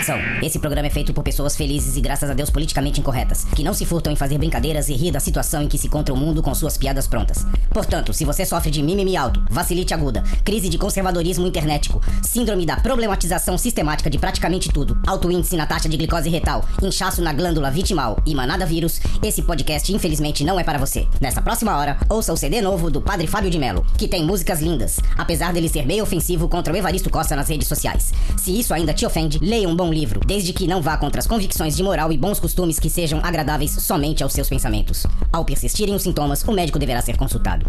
Atenção, esse programa é feito por pessoas felizes e, graças a Deus, politicamente incorretas, que não se furtam em fazer brincadeiras e rir da situação em que se encontra o mundo com suas piadas prontas. Portanto, se você sofre de mimimi alto, vacilite aguda, crise de conservadorismo internetico, síndrome da problematização sistemática de praticamente tudo, alto índice na taxa de glicose retal, inchaço na glândula vitimal e manada vírus, esse podcast infelizmente não é para você. Nessa próxima hora, ouça o CD novo do Padre Fábio de Mello, que tem músicas lindas, apesar dele ser meio ofensivo contra o Evaristo Costa nas redes sociais. Se isso ainda te ofende, leia um bom livro, desde que não vá contra as convicções de moral e bons costumes que sejam agradáveis somente aos seus pensamentos. Ao persistirem os sintomas, o médico deverá ser consultado.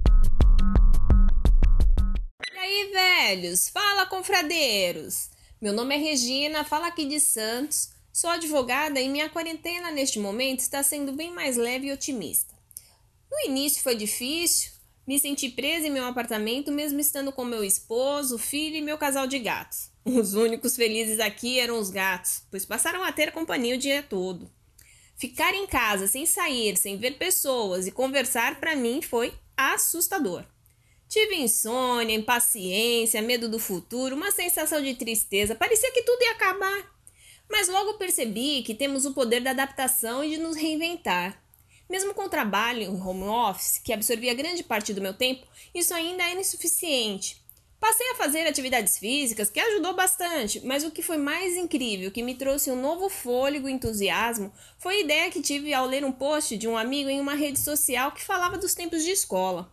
E aí, velhos? Fala, confradeiros! Meu nome é Regina, falo aqui de Santos, sou advogada e minha quarentena neste momento está sendo bem mais leve e otimista. No início foi difícil, me senti presa em meu apartamento mesmo estando com meu esposo, filho e meu casal de gatos. Os únicos felizes aqui eram os gatos, pois passaram a ter companhia o dia todo. Ficar em casa sem sair, sem ver pessoas e conversar para mim foi assustador. Tive insônia, impaciência, medo do futuro, uma sensação de tristeza, parecia que tudo ia acabar. Mas logo percebi que temos o poder da adaptação e de nos reinventar. Mesmo com o trabalho em home office, que absorvia grande parte do meu tempo, isso ainda era insuficiente. Passei a fazer atividades físicas, que ajudou bastante, mas o que foi mais incrível, que me trouxe um novo fôlego e entusiasmo, foi a ideia que tive ao ler um post de um amigo em uma rede social que falava dos tempos de escola.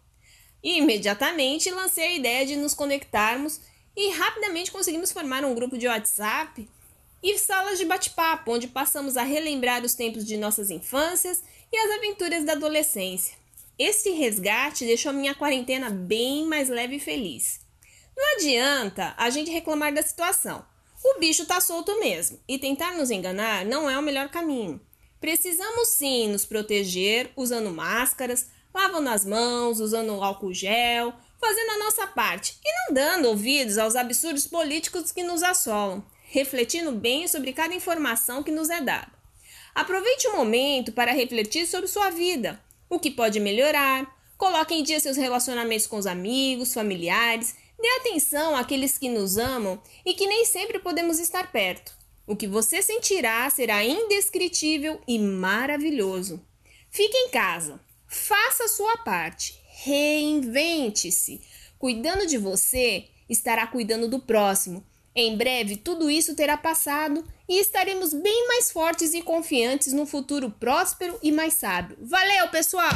E imediatamente lancei a ideia de nos conectarmos e rapidamente conseguimos formar um grupo de WhatsApp e salas de bate-papo, onde passamos a relembrar os tempos de nossas infâncias e as aventuras da adolescência. Esse resgate deixou minha quarentena bem mais leve e feliz. Não adianta a gente reclamar da situação. O bicho tá solto mesmo e tentar nos enganar não é o melhor caminho. Precisamos sim nos proteger usando máscaras, lavando as mãos, usando álcool gel, fazendo a nossa parte e não dando ouvidos aos absurdos políticos que nos assolam, refletindo bem sobre cada informação que nos é dada. Aproveite o momento para refletir sobre sua vida, o que pode melhorar, coloque em dia seus relacionamentos com os amigos, familiares, dê atenção àqueles que nos amam e que nem sempre podemos estar perto. O que você sentirá será indescritível e maravilhoso. Fique em casa, faça a sua parte, reinvente-se. Cuidando de você, estará cuidando do próximo. Em breve, tudo isso terá passado e estaremos bem mais fortes e confiantes num futuro próspero e mais sábio. Valeu, pessoal!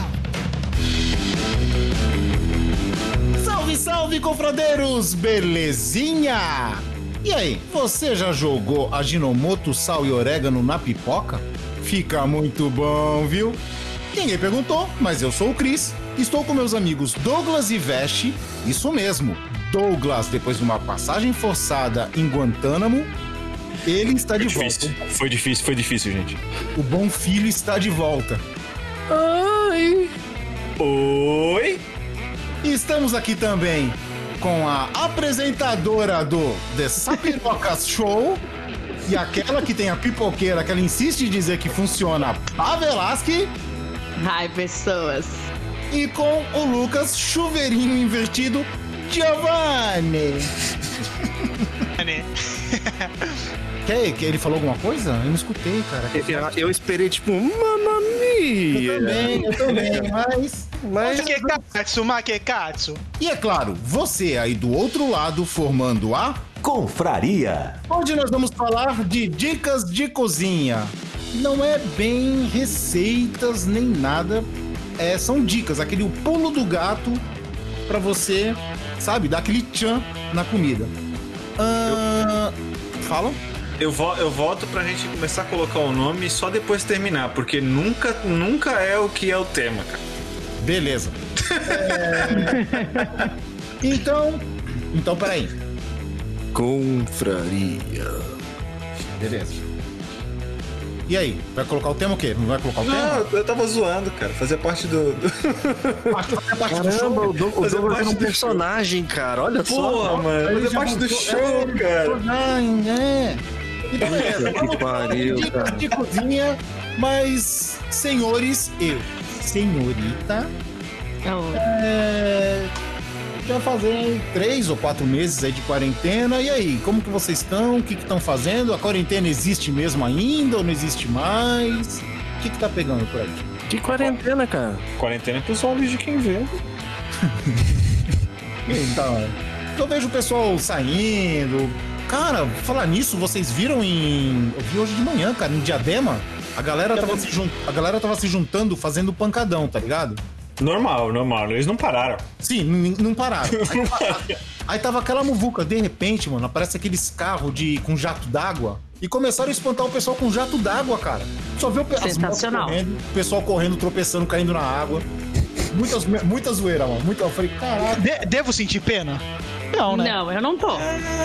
Salve, salve, confradeiros! Belezinha? E aí, você já jogou Ajinomoto, sal e orégano na pipoca? Fica muito bom, viu? Ninguém perguntou, mas eu sou o Cris. Estou com meus amigos Douglas e Veste. Isso mesmo, Douglas, depois de uma passagem forçada em Guantánamo, ele está de volta. Foi difícil, gente. O bom filho está de volta. Ai! Oi! E estamos aqui também com a apresentadora do The Sapirocas Show e aquela que tem a pipoqueira que ela insiste em dizer que funciona, a Velasque. Ai, pessoas. E com o Lucas Chuveirinho Invertido, Giovanni. Que ele falou alguma coisa? Eu não escutei, cara. Eu esperei, tipo, mamma mia. Eu também, mas... Makekatsu. E é claro, você aí do outro lado formando a Confraria. Hoje nós vamos falar de dicas de cozinha. Não é bem receitas nem nada, são dicas, aquele pulo do gato pra você, sabe, dar aquele tchan na comida. Fala? Eu volto pra gente começar a colocar o nome e só depois terminar, porque nunca é o que é o tema, cara. Beleza. Então, peraí. Confraria. Beleza. E aí, vai colocar o tema o quê? Não vai colocar o tema? Não, eu tava zoando, cara. Fazia parte do... Caramba, o Douglas é um personagem, cara. Olha só. Porra, mano. Fazia parte do show, cara. Que pariu, cara. Dicas de cozinha, mas senhores e senhorita, já fazem 3 ou 4 meses aí de quarentena. E aí, como que vocês estão? O que estão fazendo? A quarentena existe mesmo ainda ou não existe mais? O que tá pegando por aí? Que quarentena, cara? Quarentena é pros olhos de quem vê. Então, eu vejo o pessoal saindo. Cara, falar nisso, vocês viram Eu vi hoje de manhã, cara, em Diadema, a galera tava se juntando, fazendo pancadão, tá ligado? Normal. Eles não pararam. Sim, não pararam. Aí tava aquela muvuca, de repente, mano, aparece aqueles carros com jato d'água e começaram a espantar o pessoal com jato d'água, cara. Só viu as motos correndo, o pessoal correndo, tropeçando, caindo na água. Muita zoeira, mano. Eu falei, caraca. Devo sentir pena? Não, né? Não, eu não tô.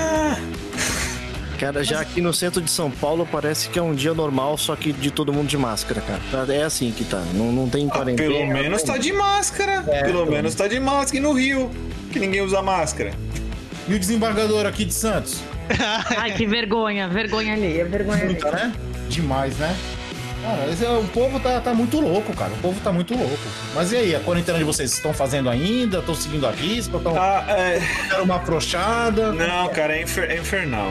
Cara, já aqui no centro de São Paulo parece que é um dia normal, só que de todo mundo de máscara, cara. É assim que tá. Não tem quarentena. Pelo menos tá de máscara. Menos tá de máscara. E no Rio, que ninguém usa máscara. E o desembargador aqui de Santos? Ai, que vergonha. Vergonha alheia. Tá, né? Demais, né? Cara, o povo tá muito louco, cara. O povo tá muito louco. Mas e aí, a quarentena de vocês estão fazendo ainda? Estão seguindo a risca? Estão dando uma afrouxada? Não, cara, é infernal,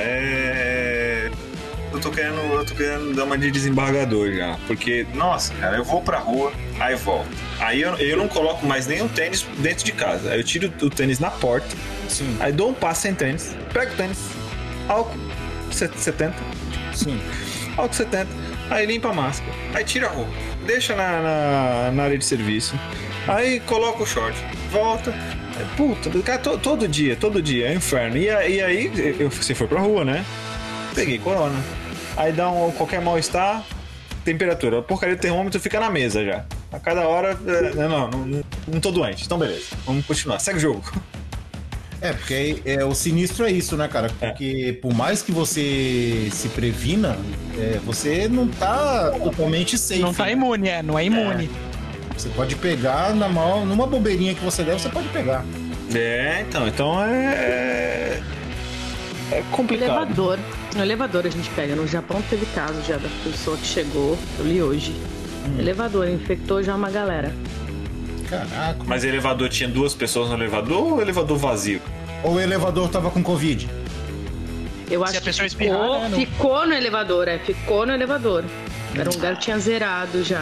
cara. Eu tô querendo dar uma de desembargador já. Porque, nossa, cara, eu vou pra rua, aí volto. Aí eu não coloco mais nem o tênis dentro de casa. Aí eu tiro o tênis na porta. Sim. Aí dou um passo sem tênis. Pego o tênis. Álcool 70. Sim. Álcool 70. Aí limpa a máscara, aí tira a roupa, deixa na área de serviço, aí coloca o short, volta, puta, cara, todo dia, é um inferno. E aí, você foi pra rua, né? Peguei corona. Aí dá qualquer mal-estar, temperatura, a porcaria do termômetro fica na mesa já. A cada hora, não tô doente, então beleza, vamos continuar, segue o jogo. Porque o sinistro é isso, né, cara? Porque por mais que você se previna, você não tá totalmente safe. Não tá imune, não é imune. Você pode pegar numa bobeirinha que você der, você pode pegar. Então é complicado. No elevador a gente pega. No Japão teve caso já da pessoa que chegou, eu li hoje. Elevador, infectou já uma galera. Caraca. Mas o elevador tinha 2 pessoas no elevador ou o elevador vazio? Ou o elevador tava com Covid? Eu acho que ficou no elevador, ficou no elevador. Era um lugar que tinha zerado já.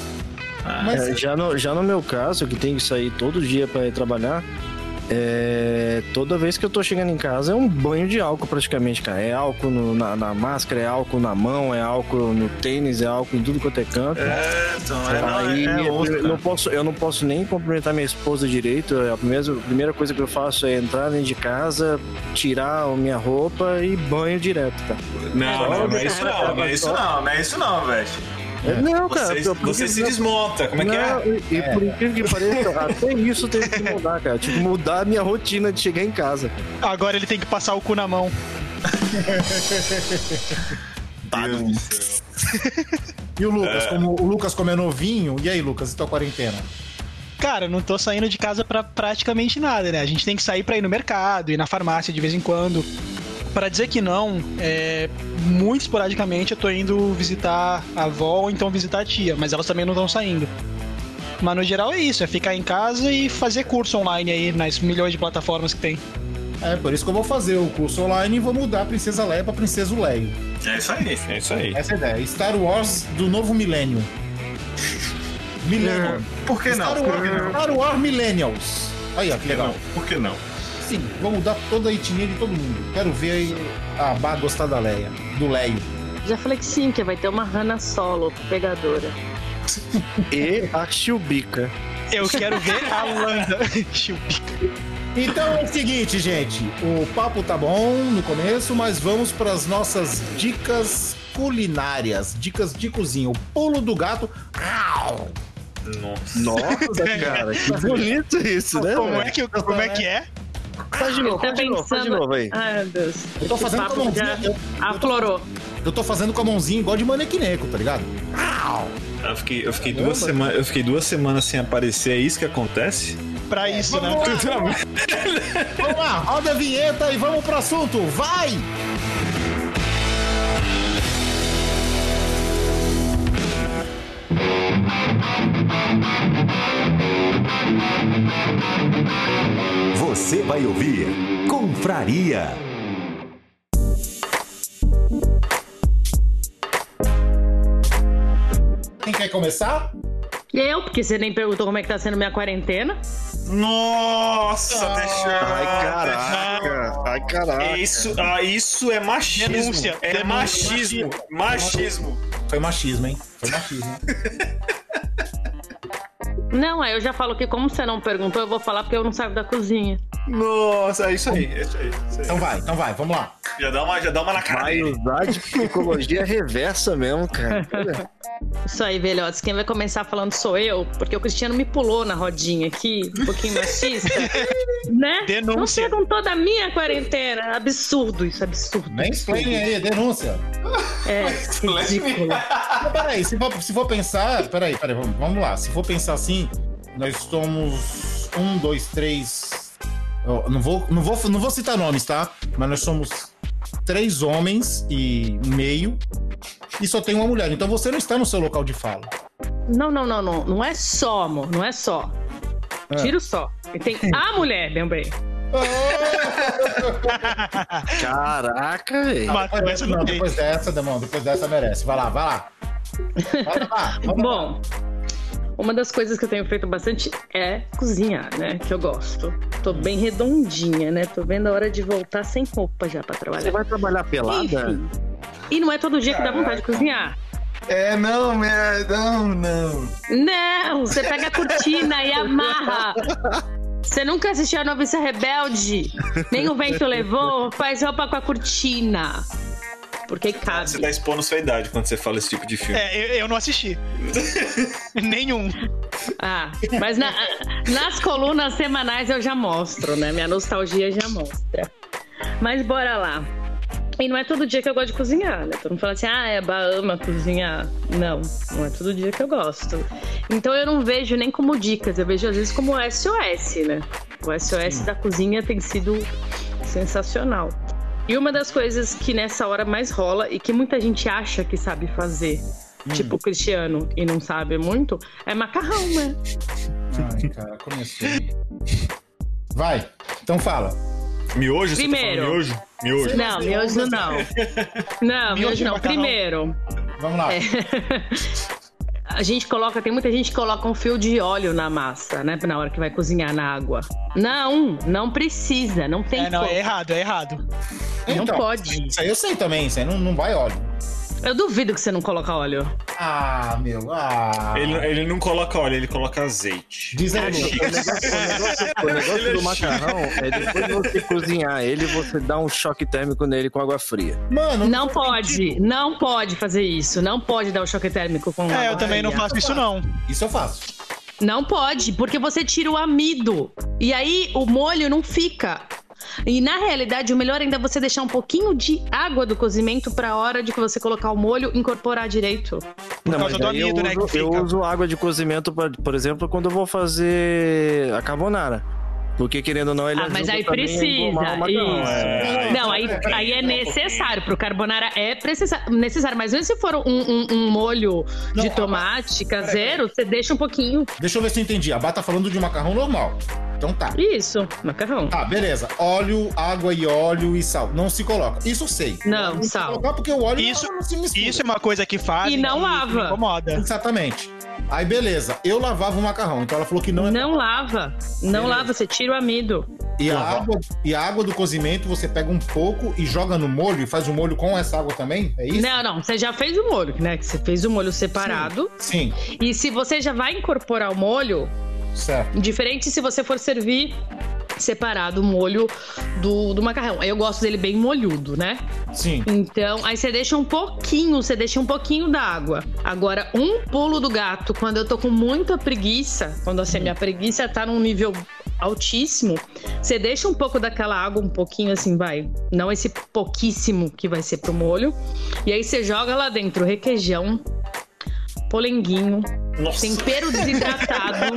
Mas já no meu caso, que tenho que sair todo dia pra ir trabalhar, toda vez que eu tô chegando em casa é um banho de álcool praticamente, cara. É álcool na máscara, é álcool na mão, é álcool no tênis, é álcool em tudo quanto é canto. Eu não posso nem cumprimentar minha esposa direito. A primeira coisa que eu faço é entrar dentro de casa, tirar a minha roupa e banho direto, cara. Não é isso não, velho. Não, cara. Você se desmonta, como é que é? E por incrível que pareça, até isso teve que mudar, cara. Tipo, mudar a minha rotina de chegar em casa. Agora ele tem que passar o cu na mão. E o Lucas, o Lucas como é novinho, e aí, Lucas, e tua quarentena? Cara, eu não tô saindo de casa pra praticamente nada, né? A gente tem que sair pra ir no mercado, ir na farmácia de vez em quando. Para dizer que não, muito esporadicamente eu tô indo visitar a avó ou então visitar a tia, mas elas também não estão saindo. Mas no geral é isso, é ficar em casa e fazer curso online aí nas milhões de plataformas que tem. Por isso que eu vou fazer o curso online e vou mudar a Princesa Leia pra Princesa Leia. É isso aí. Essa é a ideia. Star Wars do novo milênio. Por que não? Star Wars Millennials. Aí, ó, que legal. Por que não? Sim, vou mudar toda a etnia de todo mundo. Quero ver aí a Bá gostar da Leia, do Leio. Já falei que sim, que vai ter uma Hanna Solo pegadora. E a Chewbacca. Eu quero ver a Landa. Chewbacca. Então é o seguinte, gente. O papo tá bom no começo, mas vamos para as nossas dicas culinárias. Dicas de cozinha. O pulo do gato. Nossa, cara. Que bonito isso, né? Como é que é? Faz de novo aí. Ai, meu Deus. Eu tô fazendo com a mãozinha. Aflorou. Eu tô fazendo com a mãozinha igual de manequineco, tá ligado? Eu fiquei 2 semanas sem aparecer, é isso que acontece? Pra isso, né? Vamos lá, roda a vinheta e vamos pro assunto. Vai! Você vai ouvir Confraria. Quem quer começar? Eu, porque você nem perguntou como é que tá sendo minha quarentena. Nossa, deixa. Ai, caraca. Isso é machismo. Denúncia. É machismo. Machismo. Foi machismo, hein? Foi machismo. Não, aí eu já falo que como você não perguntou, eu vou falar porque eu não saio da cozinha. Nossa, é isso aí. Então vai, vamos lá. Já dá uma na cara. Vai usar de psicologia reversa mesmo, cara. Isso aí, velhotes. Quem vai começar falando sou eu, porque o Cristiano me pulou na rodinha aqui, um pouquinho machista, né? Denúncia. Não perguntou da minha quarentena. Absurdo isso, absurdo. Nem explain aí, denúncia. É, ridículo. Mas peraí, se for pensar... Peraí, vamos lá. Se for pensar assim, nós somos 1, 2, 3... Não vou citar nomes, tá? Mas nós somos 3 homens e meio e só tem uma mulher. Então você não está no seu local de fala. Não. Não é só, amor. Não é só. Tira o só. E tem a mulher, lembrei. Caraca, velho. Depois dessa merece. Vai lá. Bom, uma das coisas que eu tenho feito bastante é cozinhar, né? Que eu gosto. Tô bem redondinha, né? Tô vendo a hora de voltar sem roupa já pra trabalhar. Você vai trabalhar pelada? Enfim. E não é todo dia que dá vontade de cozinhar. Não. Não, você pega a cortina e amarra. Você nunca assistiu a Noviça Rebelde? Nem o vento levou? Faz roupa com a cortina. Porque cabe. Você tá expondo sua idade quando você fala esse tipo de filme. Eu não assisti. Nenhum. Mas nas colunas semanais eu já mostro, né? Minha nostalgia já mostra. Mas bora lá. E não é todo dia que eu gosto de cozinhar, né? Todo mundo fala assim, é Bahama cozinhar. Não é todo dia que eu gosto. Então eu não vejo nem como dicas, eu vejo às vezes como SOS, né? O SOS da cozinha tem sido sensacional. E uma das coisas que nessa hora mais rola e que muita gente acha que sabe fazer, tipo o Cristiano, e não sabe muito, é macarrão, né? Ai, cara, começou. Vai, então fala. Miojo? Primeiro. Você tá miojo? Não, miojo não. Não, miojo não. Primeiro. Vamos lá. A gente coloca, tem muita gente que coloca um fio de óleo na massa, né? Na hora que vai cozinhar na água. Não precisa, não tem como. É errado. Não pode. Isso aí eu sei também, isso aí não vai óleo. Eu duvido que você não coloca óleo. Ele não coloca óleo, ele coloca azeite. Diz aí, o negócio do macarrão é depois de você cozinhar ele, você dá um choque térmico nele com água fria. Mano, não pode fazer isso. Não pode dar o choque térmico com água fria. Eu também não faço isso, não. Isso eu faço. Não pode, porque você tira o amido. E aí o molho não fica. E na realidade, o melhor ainda é você deixar um pouquinho de água do cozimento pra hora de que você colocar o molho incorporar direito. Por causa do amido, né? Eu uso água de cozimento, por exemplo, quando eu vou fazer a carbonara. Porque querendo ou não, ele mas aí precisa. Isso. Não, aí é necessário. Pro carbonara é necessário. Mas mesmo se for um molho de tomate caseiro, você deixa um pouquinho. Deixa eu ver se eu entendi. A Bá tá falando de macarrão normal. Então tá. Isso, macarrão. Tá, beleza. Óleo, água e óleo e sal. Não se coloca. Isso eu sei. Não sal. Colocar porque o óleo não se mistura. Isso é uma coisa que faz. E não lava. Incomoda. Exatamente. Aí beleza, eu lavava o macarrão, então ela falou que não é... Não lava, você tira o amido. E a água do cozimento você pega um pouco e joga no molho e faz o molho com essa água também? É isso? Não, você já fez o molho, né? Você fez o molho separado. Sim. E se você já vai incorporar o molho... Certo. Diferente se você for servir separado o molho do macarrão. Aí eu gosto dele bem molhudo, né? Sim. Então, aí você deixa um pouquinho da água. Agora, um pulo do gato, quando eu tô com muita preguiça, quando assim, a minha preguiça tá num nível altíssimo, você deixa um pouco daquela água, um pouquinho assim, vai. Não esse pouquíssimo que vai ser pro molho. E aí você joga lá dentro requeijão, polenguinho, Nossa. Tempero desidratado.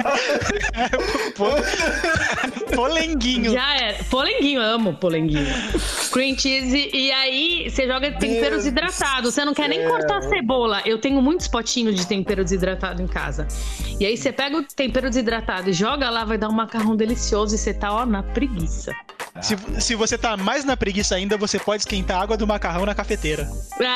Polenguinho. Já era. Polenguinho, amo polenguinho. Cream cheese. E aí você joga tempero desidratado. Você não quer nem cortar a cebola. Eu tenho muitos potinhos de tempero desidratado em casa. E aí você pega o tempero desidratado e joga lá, vai dar um macarrão delicioso. E você tá, ó, na preguiça. Se você tá mais na preguiça ainda, você pode esquentar a água do macarrão na cafeteira.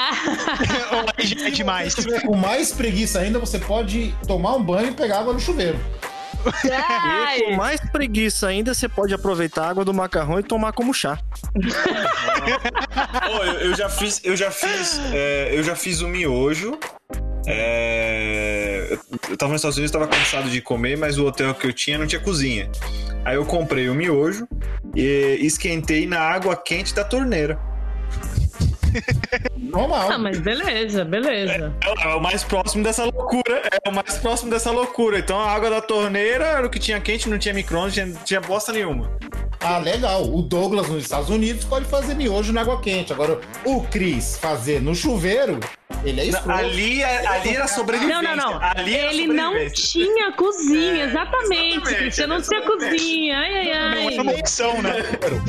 É demais. Se tiver com mais preguiça ainda, você pode tomar um banho e pegar água no chuveiro. E com mais preguiça ainda, você pode aproveitar a água do macarrão e tomar como chá. Eu já fiz o miojo. Eu tava nos Estados Unidos, tava cansado de comer, mas o hotel que eu tinha não tinha cozinha. Aí eu comprei o miojo e esquentei na água quente da torneira. Normal. Ah, mas beleza. É o mais próximo dessa loucura. Então a água da torneira era o que tinha quente, não tinha micro-ondas, não tinha bosta nenhuma. Ah, legal. O Douglas nos Estados Unidos pode fazer miojo na água quente. Agora, o Chris fazer no chuveiro, ele é escroto. Ali era sobrevivência. Não. Ele não tinha cozinha, exatamente. Você não tinha cozinha. Ai. Não é uma opção, né?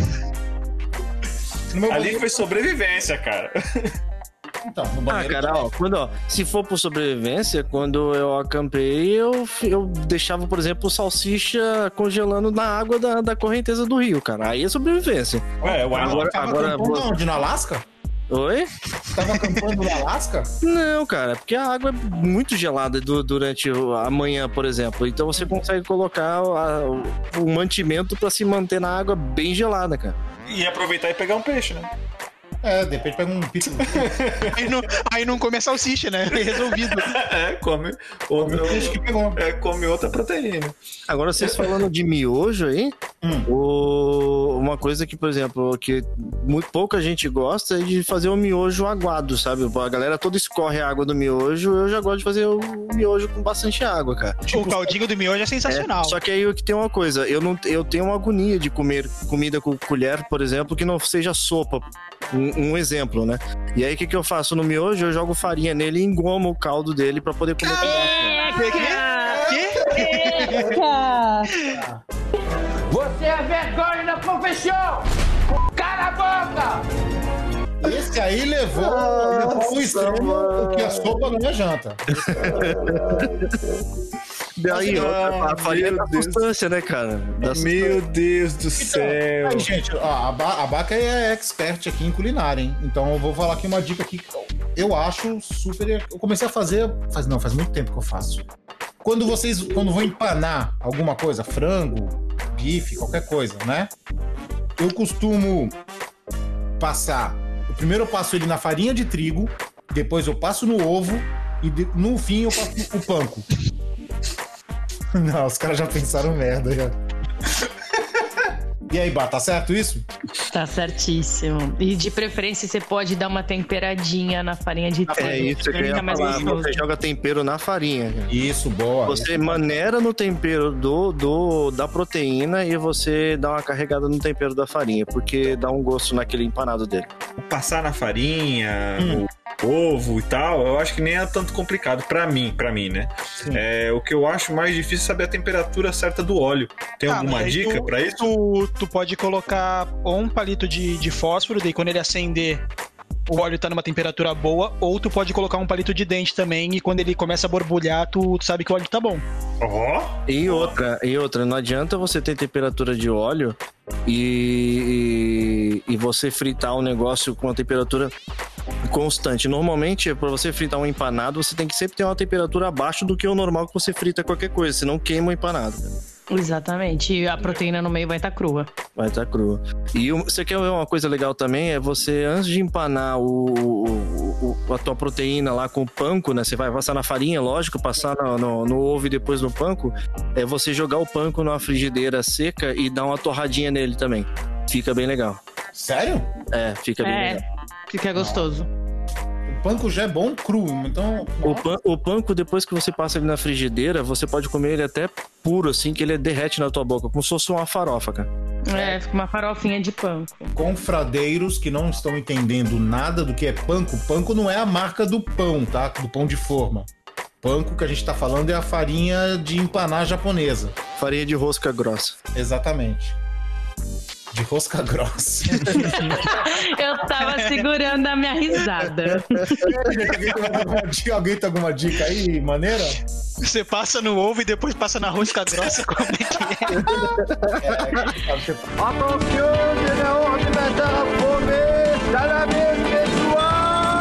Ali foi sobrevivência, cara. Então, no banheiro. Cara, se for por sobrevivência, quando eu acampei, eu deixava, por exemplo, salsicha congelando na água da correnteza do rio, cara. Aí é sobrevivência. Agora onde? No Alasca? Oi? Tava acampando no Alasca? Não, cara, porque a água é muito gelada durante a manhã, por exemplo. Então você consegue colocar o mantimento pra se manter na água bem gelada, cara. E aproveitar e pegar um peixe, né? De repente pega um pito. Aí não come a salsicha, né? Resolvido. Come peixe que pegou. Come outra proteína. Agora, vocês falando de miojo aí, uma coisa que, por exemplo, que muito pouca gente gosta é de fazer o miojo aguado, sabe? A galera toda escorre a água do miojo, eu já gosto de fazer o miojo com bastante água, cara. O caldinho do miojo é sensacional. Só que aí que tem uma coisa, eu tenho uma agonia de comer comida com colher, por exemplo, que não seja sopa. Um exemplo, né? E aí o que eu faço no miojo? Eu jogo farinha nele e engomo o caldo dele pra poder comer. Você é vergonha da profissão! Cala a boca! Esse aí levou o extremo que a sopa não é janta. Daí, a farinha da substância, né, cara? Meu Deus do céu. Aí, gente, a Baca é expert aqui em culinária, hein? Então eu vou falar aqui uma dica que eu acho super... Eu comecei a fazer... Faz muito tempo que eu faço. Quando vão empanar alguma coisa, frango, bife, qualquer coisa, né? Eu costumo passar... Primeiro eu passo ele na farinha de trigo, depois eu passo no ovo e no fim eu passo o panko. Não, os caras já pensaram merda já. E aí, Bá, tá certo isso? Tá certíssimo. E de preferência você pode dar uma temperadinha na farinha de trigo. É isso que eu ia falar. Você joga tempero na farinha. Isso, boa. Você maneira no tempero da proteína e você dá uma carregada no tempero da farinha, porque dá um gosto naquele empanado dele. Passar na farinha, no ovo e tal, eu acho que nem é tanto complicado pra mim, né? O que eu acho mais difícil é saber a temperatura certa do óleo. Tem alguma dica pra isso? Tu pode colocar ou um palito de fósforo, daí quando ele acender, o óleo tá numa temperatura boa, ou tu pode colocar um palito de dente também, e quando ele começa a borbulhar, tu sabe que o óleo tá bom. E outra, não adianta você ter temperatura de óleo e você fritar um negócio com uma temperatura constante. Normalmente, para você fritar um empanado, você tem que sempre ter uma temperatura abaixo do que o normal que você frita qualquer coisa, senão queima o empanado. Exatamente, e a proteína no meio vai estar crua. Vai estar crua. E você quer ver uma coisa legal também? É você, antes de empanar a tua proteína lá com o panko, né? Você vai passar na farinha, lógico, passar no ovo e depois no panko. É você jogar o panko numa frigideira seca e dar uma torradinha nele também. Fica bem legal. Sério? Fica bem legal. Fica gostoso. O panko já é bom cru, então... O panko, depois que você passa ele na frigideira, você pode comer ele até puro, assim, que ele derrete na tua boca, como se fosse uma farofa, cara. Fica uma farofinha de panko. Confradeiros que não estão entendendo nada do que é panko, panko não é a marca do pão, tá? Do pão de forma. Panko que a gente tá falando é a farinha de empanar japonesa. Farinha de rosca grossa. Exatamente. De rosca grossa. Eu tava segurando a minha risada. Alguém tem alguma dica aí, maneira? Você passa no ovo e depois passa na rosca grossa, como é que é? Attention, de la ordinateur à fome, dans la messe pessoal!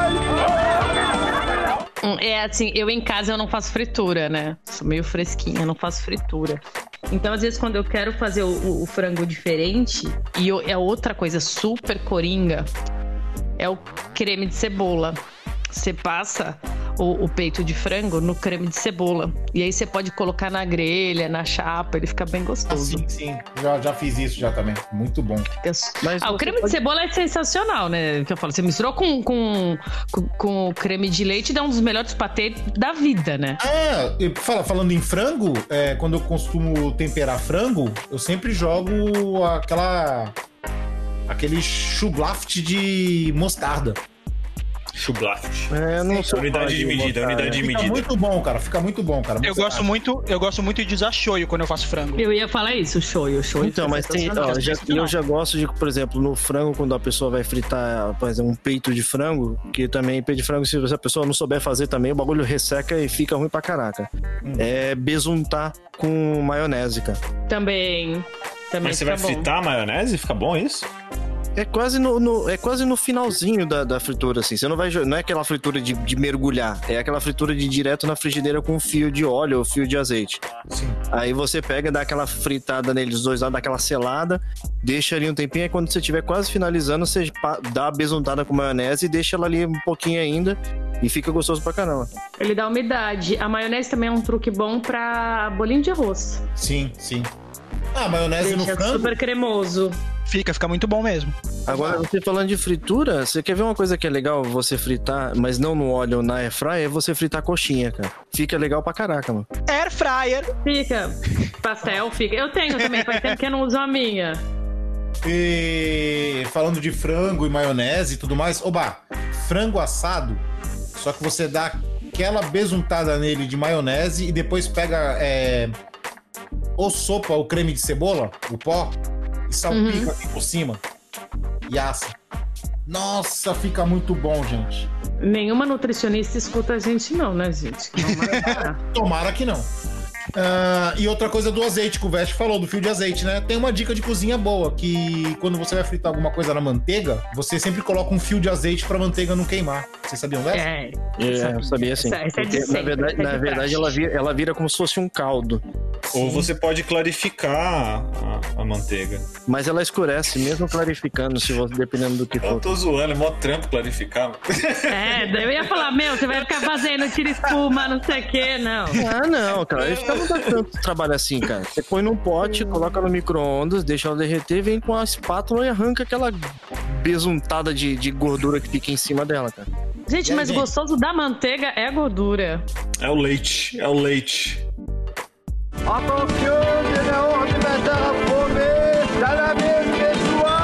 É assim, eu em casa eu não faço fritura, né? Sou meio fresquinha, não faço fritura. Então, às vezes, quando eu quero fazer o frango diferente, e é outra coisa super coringa, é o creme de cebola. Você passa o peito de frango no creme de cebola. E aí você pode colocar na grelha, na chapa, ele fica bem gostoso. Sim. Já fiz isso já também. Muito bom. Mas o creme de cebola é sensacional, né? Que eu falo, você misturou com o creme de leite e dá um dos melhores patês da vida, né? Falando em frango, quando eu costumo temperar frango, eu sempre jogo aquele chublaft de mostarda. Chublaft. Não sei. Unidade de medida. Fica muito bom, cara. Eu gosto muito de usar shoyu quando eu faço frango. Eu ia falar isso, shoyu. Então, mas eu já gosto de, por exemplo, no frango, quando a pessoa vai fritar, por exemplo, um peito de frango, que também peito de frango, se a pessoa não souber fazer também, o bagulho resseca e fica ruim pra caraca. É besuntar com maionese, cara. Também mas você vai fritar a maionese? Fica bom isso? É quase no finalzinho da fritura, assim. Você não é aquela fritura de mergulhar. É aquela fritura de direto na frigideira com fio de óleo ou fio de azeite. Sim. Aí você pega, dá aquela fritada neles dois lados, dá aquela selada, deixa ali um tempinho. Aí quando você estiver quase finalizando, você dá a besuntada com maionese e deixa ela ali um pouquinho ainda. E fica gostoso pra caramba. Ele dá umidade. A maionese também é um truque bom pra bolinho de arroz. Sim. Maionese no frango? Super cremoso. Fica muito bom mesmo. Agora, você falando de fritura, você quer ver uma coisa que é legal você fritar, mas não no óleo ou na air fryer, é você fritar coxinha, cara. Fica legal pra caraca, mano. Air fryer. Fica. Pastel, fica. Eu tenho também, faz tempo que eu não uso a minha. E falando de frango e maionese e tudo mais, frango assado, só que você dá aquela besuntada nele de maionese e depois pega ou sopa, o creme de cebola, o pó, e salpica aqui por cima e assa. Nossa, fica muito bom, gente. Nenhuma nutricionista escuta a gente não, né, gente? Tomara que não. E outra coisa do azeite, que o Veste falou, do fio de azeite, né? Tem uma dica de cozinha boa, que quando você vai fritar alguma coisa na manteiga, você sempre coloca um fio de azeite pra manteiga não queimar. Vocês sabiam dessa? Eu sabia sim. Na verdade ela vira como se fosse um caldo. Ou você pode clarificar a manteiga. Mas ela escurece, mesmo clarificando, se você, dependendo do que for. Eu tô zoando, é mó trampo clarificar. Eu ia falar, você vai ficar fazendo tira espuma, não sei o que, não. Não, cara, isso não dá tanto trabalho assim, cara. Você põe num pote, coloca no micro-ondas, deixa ela derreter, vem com a espátula e arranca aquela besuntada de gordura que fica em cima dela, cara. Gente, mas o gostoso da manteiga é a gordura. É o leite. Attention, de la ordinateur à fome, dans la messe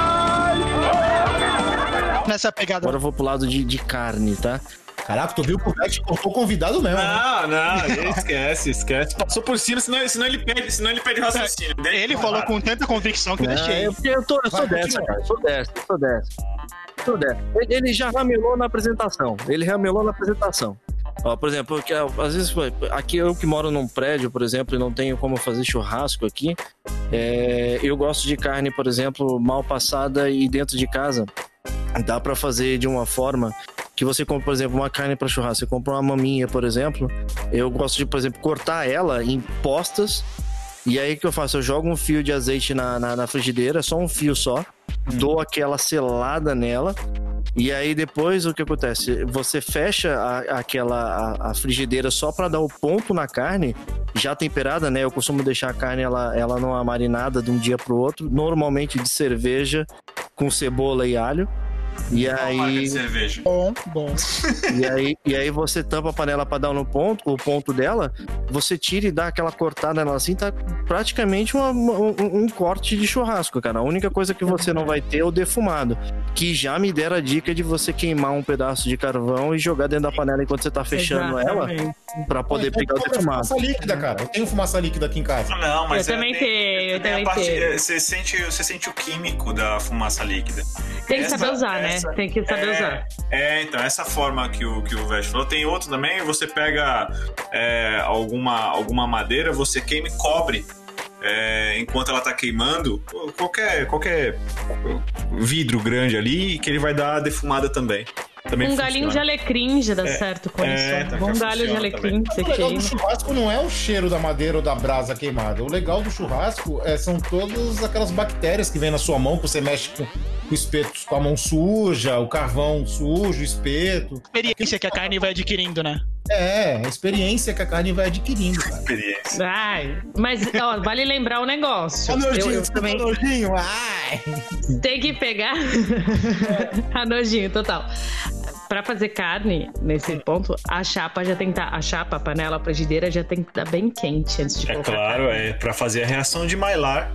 pessoal! Nessa pegada. Agora eu vou pro lado de carne, tá? Caraca, tu viu que o Veste cortou o convidado mesmo. Não, esquece. Passou por cima, senão ele perde raciocínio. Ele falou com tanta convicção que eu deixei. Eu sou dessa, cara. Sou dessa. Ele já ramelou na apresentação. Ó, por exemplo, às vezes aqui eu que moro num prédio, por exemplo, e não tenho como fazer churrasco aqui, eu gosto de carne, por exemplo, mal passada e dentro de casa. Dá pra fazer de uma forma que você compra, por exemplo, uma carne pra churrasco. Você compra uma maminha, por exemplo. Eu gosto de, por exemplo, cortar ela em postas. E aí o que eu faço? Eu jogo um fio de azeite na frigideira, só um fio só. Dou aquela selada nela. E aí depois o que acontece? Você fecha a frigideira só para dar o ponto na carne, já temperada, né? Eu costumo deixar a carne ela numa marinada de um dia pro outro, normalmente de cerveja com cebola e alho. E aí... cerveja. Bom. E aí você tampa a panela pra dar o ponto dela, você tira e dá aquela cortada nela assim, tá praticamente um corte de churrasco, cara. A única coisa que você não vai ter é o defumado, que já me deram a dica de você queimar um pedaço de carvão e jogar dentro da panela enquanto você tá fechando ela, pra poder pegar o defumado. Fumaça líquida, cara. Eu tenho fumaça líquida aqui em casa. Não, mas eu também tenho. Você sente o químico da fumaça líquida. Tem que saber usar, né? Tem que saber usar. Então, essa forma que o Vest falou. Tem outro também, você pega alguma madeira, você queima e cobre. Enquanto ela tá queimando, qualquer vidro grande ali, que ele vai dar defumada também. Um galinho de alecrim já dá certo com isso. Um galho de alecrim, você O legal queima. do churrasco não é o cheiro da madeira ou da brasa queimada. O legal do churrasco são todas aquelas bactérias que vem na sua mão, que você mexe com o espeto com a mão suja, o carvão sujo, o espeto. Experiência que a carne vai adquirindo, né? A experiência que a carne vai adquirindo, cara. Experiência. Ai, mas ó, vale lembrar um negócio. Eu também nojinho, ai. tem que pegar a nojinho, total. Pra fazer carne, nesse ponto, a chapa já tem que estar... a panela, a frigideira já tem que estar bem quente antes de colocar. Claro, pra fazer a reação de Maillard.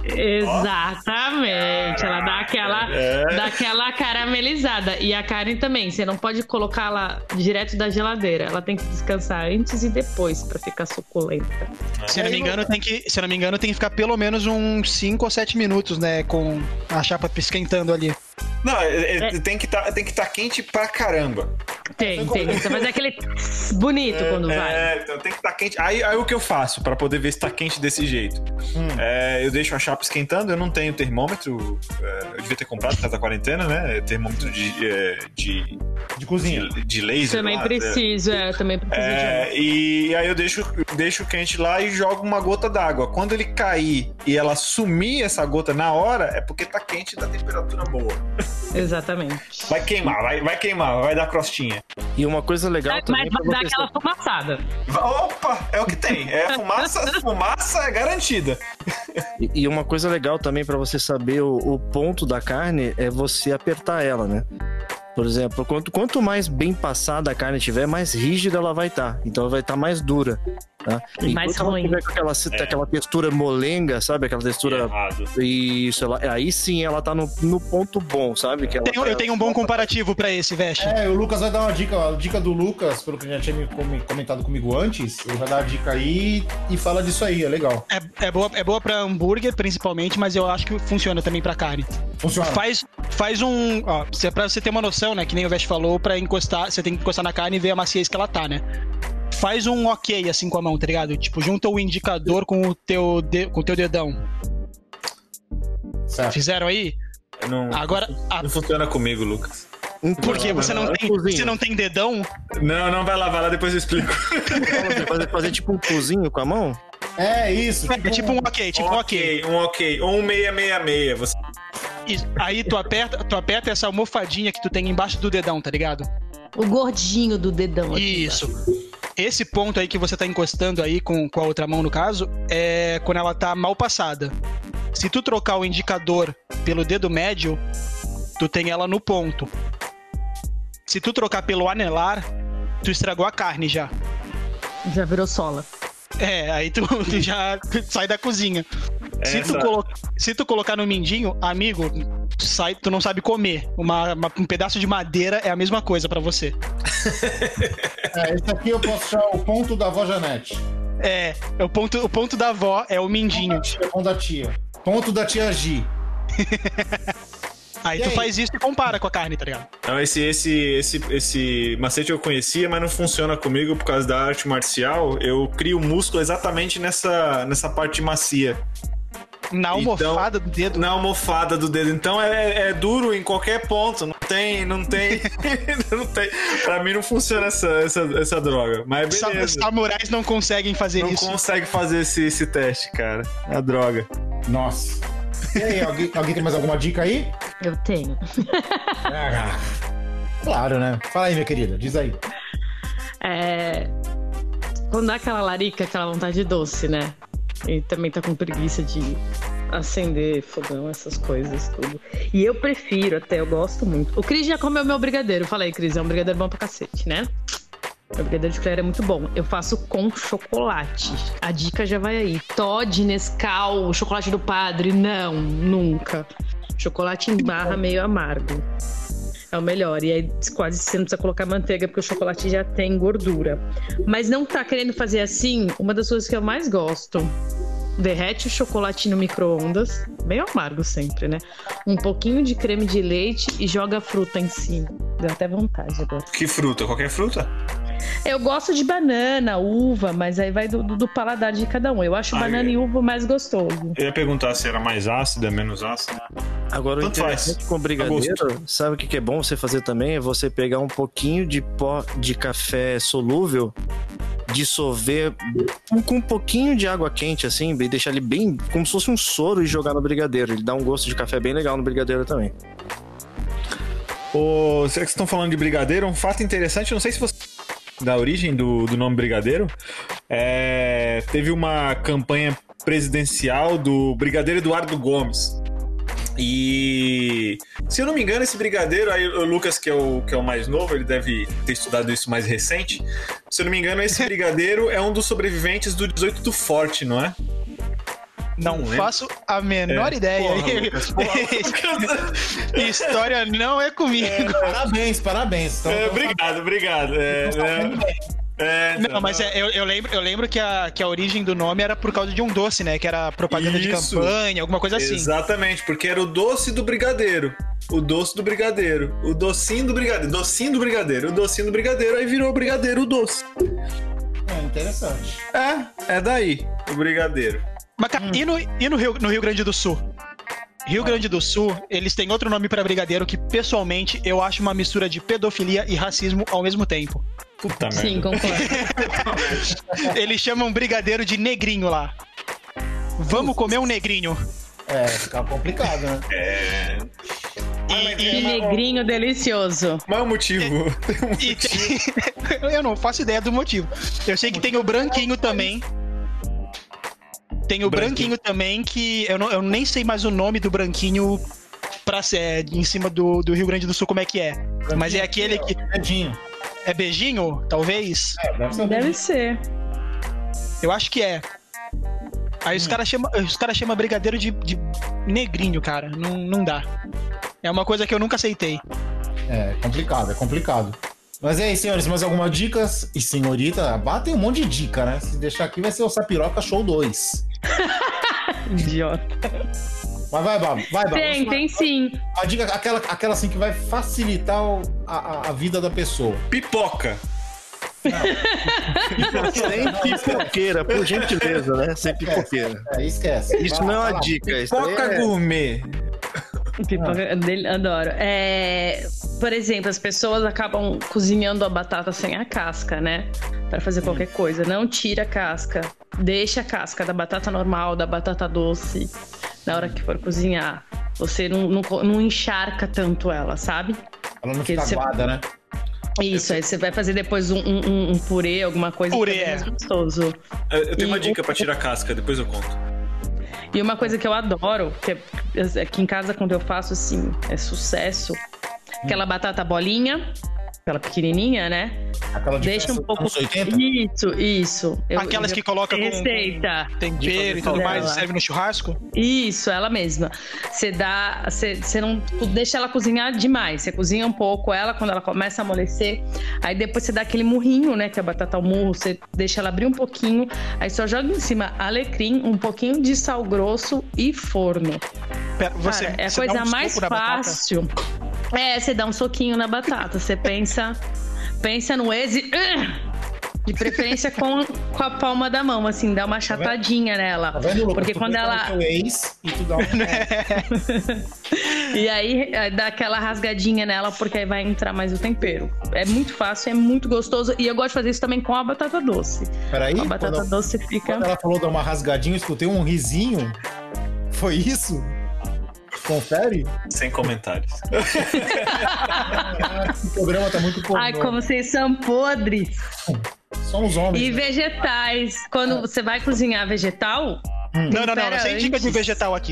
Exatamente. Ela dá aquela caramelizada. E a carne também, você não pode colocá-la direto da geladeira. Ela tem que descansar antes e depois pra ficar suculenta. Se eu não me engano, tem que ficar pelo menos uns 5 ou 7 minutos, né? Com a chapa esquentando ali. Não, tem que estar quente pra caramba. Tem. Você faz aquele bonito quando vai. Então tem que estar quente. Aí o que eu faço pra poder ver se tá quente desse jeito? Eu deixo a chapa esquentando, eu não tenho termômetro. Eu devia ter comprado por causa da quarentena, né? Termômetro de cozinha. De laser. Também lá, preciso, também preciso e aí eu deixo quente lá e jogo uma gota d'água. Quando ele cair e ela sumir essa gota na hora, é porque tá quente e da temperatura boa. Exatamente. Vai queimar, vai dar crostinha. E uma coisa legal também... Mas dá aquela fumaçada. Opa, é o que tem. Fumaça é garantida. E uma coisa legal também pra você saber o ponto da carne é você apertar ela, né? Por exemplo, quanto mais bem passada a carne tiver, mais rígida ela vai estar. Então ela vai estar mais dura. Tá? E mais ruim. Ela tiver com aquela textura molenga, sabe? Aquela textura... Isso, aí sim ela tá no ponto bom, sabe? Que eu tenho um bom comparativo pra esse, Vest. O Lucas vai dar uma dica. A dica do Lucas, pelo que já tinha comentado comigo antes, ele vai dar a dica aí e fala disso aí, é legal. É boa pra hambúrguer, principalmente, mas eu acho que funciona também pra carne. Funciona. Faz um... Ó, pra você ter uma noção, né? Que nem o Vest falou, pra encostar, você tem que encostar na carne e ver a maciez que ela tá, né? Faz um ok assim com a mão, tá ligado? Tipo, junta o indicador com o teu dedão. Certo. Fizeram aí? Agora... Não funciona comigo, Lucas. Por quê? Você não tem dedão? Não, vai lá, depois eu explico. Fazer tipo um cozinho com a mão? É isso. Tipo um ok, Um ok. Ou um 666. Você... Aí tu aperta essa almofadinha que tu tem embaixo do dedão, tá ligado? O gordinho do dedão. Isso. Esse ponto aí que você tá encostando aí com a outra mão, no caso, é quando ela tá mal passada. Se tu trocar o indicador pelo dedo médio, tu tem ela no ponto. Se tu trocar pelo anelar, tu estragou a carne já. Já virou sola. Aí tu já sai da cozinha. Se tu colocar no mindinho, amigo, tu não sabe comer. Um pedaço de madeira é a mesma coisa pra você. Esse aqui eu posso chamar o ponto da avó Janete. O ponto da avó é o mindinho. Ponto da tia. Ponto da tia Gi. Aí tu faz isso e compara com a carne, tá ligado? Não, esse macete eu conhecia, mas não funciona comigo por causa da arte marcial. Eu crio músculo exatamente nessa parte macia. Na almofada do dedo? Na almofada do dedo. Então é duro em qualquer ponto. Não tem. não tem. Pra mim não funciona essa droga. Mas beleza. Samurais não conseguem fazer isso. Não conseguem fazer esse teste, cara. É a droga. Nossa. E aí, alguém tem mais alguma dica aí? Eu tenho. Claro, né? Fala aí, minha querida. Diz aí. Quando dá aquela larica, aquela vontade de doce, né? E também tá com preguiça de acender fogão, essas coisas, tudo. E eu prefiro até, eu gosto muito. O Cris já comeu meu brigadeiro. Eu falei, Cris, é um brigadeiro bom pra cacete, né? Meu brigadeiro de colher é muito bom. Eu faço com chocolate. A dica já vai aí. Toddy, Nescau, chocolate do padre. Não, nunca. Chocolate em barra meio amargo. É o melhor. E aí quase você não precisa colocar manteiga, porque o chocolate já tem gordura. Mas não tá querendo fazer assim? Uma das coisas que eu mais gosto. Derrete o chocolate no micro-ondas. Meio amargo sempre, né? Um pouquinho de creme de leite e joga a fruta em cima. Deu até vontade agora. Que fruta? Qualquer fruta? Eu gosto de banana, uva, mas aí vai do paladar de cada um. Eu acho banana e uva mais gostoso. Eu ia perguntar se era mais ácida, menos ácida. Agora, o interessante com brigadeiro, sabe o que é bom você fazer também? É você pegar um pouquinho de pó de café solúvel, dissolver com um pouquinho de água quente, assim, e deixar ele bem como se fosse um soro e jogar no brigadeiro. Ele dá um gosto de café bem legal no brigadeiro também. Será que vocês estão falando de brigadeiro? Um fato interessante, não sei se você... da origem do nome brigadeiro, teve uma campanha presidencial do brigadeiro Eduardo Gomes. E, se eu não me engano, esse brigadeiro, aí o Lucas, que é o mais novo, ele deve ter estudado isso mais recente. Se eu não me engano, esse brigadeiro é um dos sobreviventes do 18 do Forte, não é? Não faço a menor ideia. Porra, Lucas, História não é comigo. Parabéns. Obrigado. Não, mas eu lembro que a origem do nome era por causa de um doce, né? Que era propaganda de campanha, alguma coisa assim. Exatamente, porque era o doce do brigadeiro. O doce do brigadeiro. O docinho do brigadeiro. Docinho do brigadeiro. O docinho do brigadeiro, aí virou o brigadeiro, o doce. Interessante. É daí, o brigadeiro. Mas, cara, e no Rio Grande do Sul? Rio Grande do Sul, eles têm outro nome pra brigadeiro que, pessoalmente, eu acho uma mistura de pedofilia e racismo ao mesmo tempo. Puta merda. Sim, concordo. Eles chamam brigadeiro de negrinho lá. Vamos comer um negrinho. Fica complicado, né? E negrinho delicioso. Mas é um motivo. Eu não faço ideia do motivo. Eu sei que tem o branquinho também. Tem o branquinho também, que eu nem sei mais o nome do branquinho pra ser em cima do Rio Grande do Sul, como é que é. Mas é aquele que... Beijinho. É beijinho? Talvez? Deve ser. Eu acho que é. Aí os caras chamam brigadeiro de negrinho, cara. Não dá. É uma coisa que eu nunca aceitei. É complicado. Mas e aí, senhores, mais alguma dica? E senhorita, tem um monte de dica, né? Se deixar aqui vai ser o Sapiroca Show 2. Idiota. Mas vai, Babo. Tem sim. A dica, aquela assim que vai facilitar a vida da pessoa. Pipoca. Sem pipoqueira, por gentileza, né? Sem pipoqueira. Esquece. Isso não é uma dica. Pipoca gourmet. Pipoca, adoro. Por exemplo, as pessoas acabam cozinhando a batata sem a casca, né? Para fazer qualquer coisa. Não tira a casca. Deixa a casca da batata normal, da batata doce, na hora que for cozinhar. Você não encharca tanto ela, sabe? Ela não fica aguada, né? Isso, aí você vai fazer depois um purê, alguma coisa purê, mais gostoso. Eu tenho uma dica pra tirar a casca, depois eu conto. E uma coisa que eu adoro, que aqui em casa quando eu faço assim, é sucesso, aquela batata bolinha, aquela pequenininha, né? Aquela de deixa um pouco... 80? Isso. Aquelas que coloca com tempero e tudo mais e serve no churrasco? Isso, ela mesma. Você não deixa ela cozinhar demais. Você cozinha um pouco ela, quando ela começa a amolecer. Aí depois você dá aquele murrinho, né? Que é a batata ao murro. Você deixa ela abrir um pouquinho. Aí só joga em cima alecrim, um pouquinho de sal grosso e forno. Cara, é a coisa mais fácil. Você dá um soquinho na batata. Você pensa no Waze, de preferência com a palma da mão, assim, dá uma chatadinha nela. Tá vendo, Lucas? Porque quando ela... E tu dá E aí dá aquela rasgadinha nela, porque aí vai entrar mais o tempero. É muito fácil, é muito gostoso. E eu gosto de fazer isso também com a batata doce. Peraí, a batata doce fica... Quando ela falou dar uma rasgadinha, eu escutei um risinho. Foi isso? Confere? Sem comentários. O programa tá muito Ai, como vocês são podres. São os homens. E vegetais. Quando você vai cozinhar vegetal, Não, sem dica de vegetal aqui.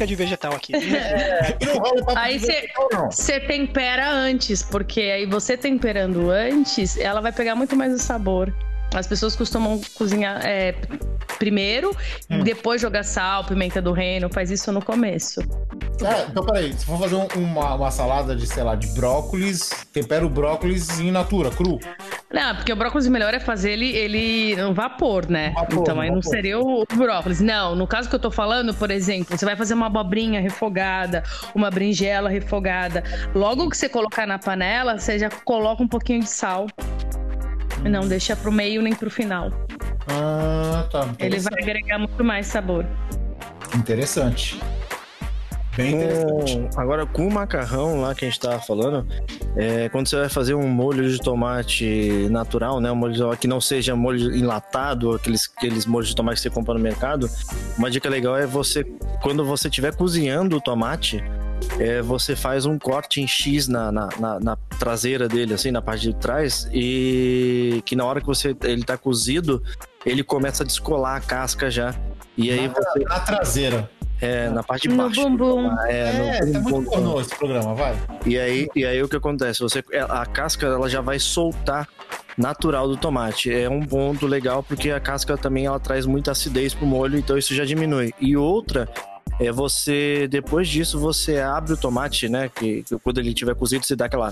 Aí você tempera antes, porque aí você temperando antes, ela vai pegar muito mais o sabor. As pessoas costumam cozinhar primeiro, depois jogar sal, pimenta do reino, faz isso no começo. Então peraí, se for fazer uma salada de, sei lá, de brócolis, tempera o brócolis in natura, cru. Não, porque o brócolis melhor é fazer ele no vapor, né? Então aí não seria o brócolis. Não, no caso que eu tô falando, por exemplo, você vai fazer uma abobrinha refogada, uma berinjela refogada. Logo que você colocar na panela, você já coloca um pouquinho de sal. Não deixa pro meio nem pro final. Tá. Ele vai agregar muito mais sabor. Interessante. Bem interessante. Agora, com o macarrão lá que a gente tava falando, quando você vai fazer um molho de tomate natural, né? Um molho que não seja molho enlatado, aqueles molhos de tomate que você compra no mercado, uma dica legal é quando você estiver cozinhando o tomate, você faz um corte em X na traseira dele, assim, na parte de trás, e que na hora que ele tá cozido, ele começa a descolar a casca já. E aí na traseira. Na parte de baixo. No bumbum. Tá muito pornô esse programa, vai. E aí o que acontece? A casca ela já vai soltar natural do tomate. É um ponto legal, porque a casca também ela traz muita acidez pro molho, então isso já diminui. E outra depois disso, você abre o tomate, né? Que quando ele tiver cozido, você dá aquela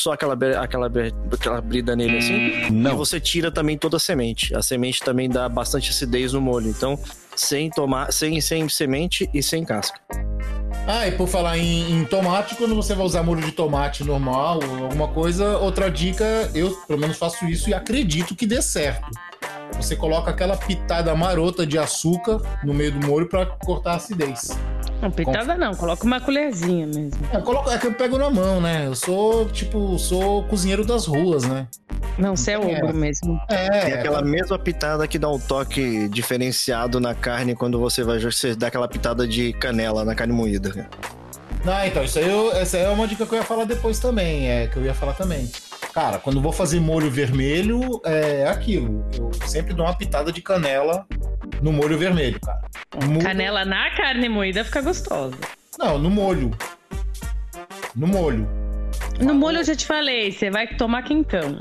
abrida nele assim. Não. E você tira também toda a semente. A semente também dá bastante acidez no molho. Então, sem semente e sem casca. E por falar em tomate, quando você vai usar molho de tomate normal ou alguma coisa, outra dica, eu pelo menos faço isso e acredito que dê certo. Você coloca aquela pitada marota de açúcar no meio do molho pra cortar a acidez. Não, pitada não, coloca uma colherzinha mesmo. É que eu pego na mão, né? Eu sou cozinheiro das ruas, né? Não, você é ogro mesmo. Tem aquela mesma pitada que dá um toque diferenciado na carne quando você dá aquela pitada de canela na carne moída. Então, essa aí é uma dica que eu ia falar depois também, Cara, quando eu vou fazer molho vermelho, é aquilo. Eu sempre dou uma pitada de canela no molho vermelho, cara. Canela na carne moída fica gostosa. Não, no molho. No molho eu já te falei, você vai tomar quentão.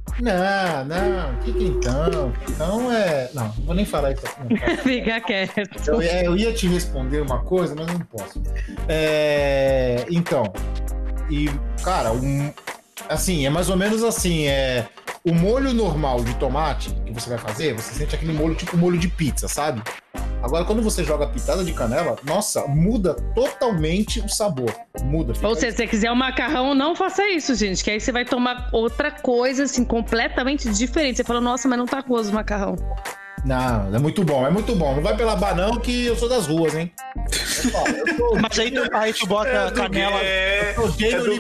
Não, que quentão? Quentão não vou nem falar isso aqui. Fica quieto. Eu ia te responder uma coisa, mas não posso. Então, e, cara, assim, é mais ou menos assim, o molho normal de tomate que você vai fazer, você sente aquele molho tipo molho de pizza, sabe? Agora, quando você joga pitada de canela, nossa, muda totalmente o sabor. Ou seja, se você quiser um macarrão, não faça isso, gente, que aí você vai tomar outra coisa, assim, completamente diferente. Você fala, nossa, mas não tá gostoso o macarrão. Não, é muito bom. Não vai pela banão que eu sou das ruas, hein? Mas aí tu bota canela. Do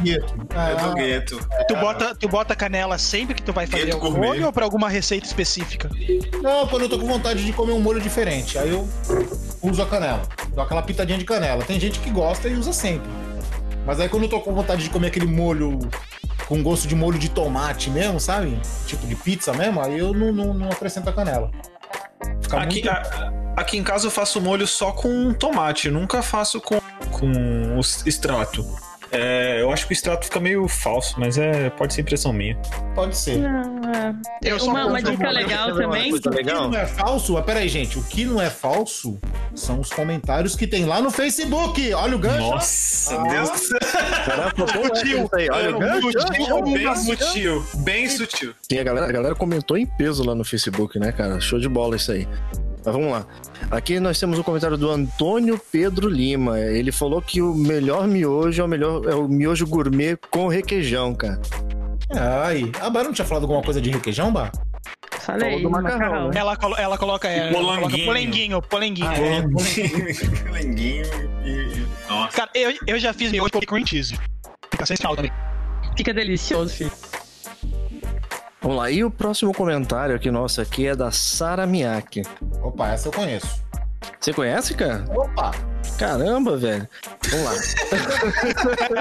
gueto. Tu bota canela sempre que tu vai fazer o molho ou pra alguma receita específica? Não, quando eu tô com vontade de comer um molho diferente. Aí eu uso a canela. Dou aquela pitadinha de canela. Tem gente que gosta e usa sempre. Mas aí quando eu tô com vontade de comer aquele molho com gosto de molho de tomate mesmo, sabe? Tipo de pizza mesmo, aí eu não acrescento a canela. Aqui em casa eu faço molho só com tomate, nunca faço com o extrato. Eu acho que o extrato fica meio falso, mas pode ser impressão minha. Pode ser. Uma dica legal também. O que não é falso, peraí, gente, o que não é falso são os comentários que tem lá no Facebook. Olha o gancho. Nossa, Deus do céu. Olha o gancho. Bem sutil. Sim, a galera comentou em peso lá no Facebook, né, cara? Show de bola isso aí. Mas vamos lá. Aqui nós temos um comentário do Antônio Pedro Lima. Ele falou que o melhor miojo é o miojo gourmet com requeijão, cara. A Bar não tinha falado alguma coisa de requeijão, Bar? Falei, do macarrão. Ela coloca polenguinho. Polenguinho e... Nossa. Cara, eu já fiz miojo com cream cheese. Fica sensacional também. Fica delicioso, filho. Vamos lá, e o próximo comentário aqui nosso aqui é da Sara Miyake. Opa, essa eu conheço. Você conhece, cara? Opa! Caramba, velho. Vamos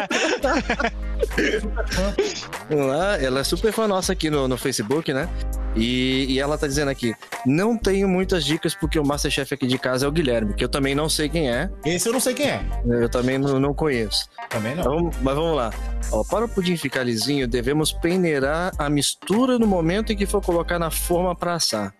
lá. Vamos lá, ela é super fã nossa aqui no Facebook, né? E ela tá dizendo aqui, não tenho muitas dicas porque o Masterchef aqui de casa é o Guilherme, que eu também não sei quem é. Esse eu não sei quem é. Eu também não conheço. Também não. Então, mas vamos lá. Ó, para o pudim ficar lisinho, devemos peneirar a mistura no momento em que for colocar na forma para assar.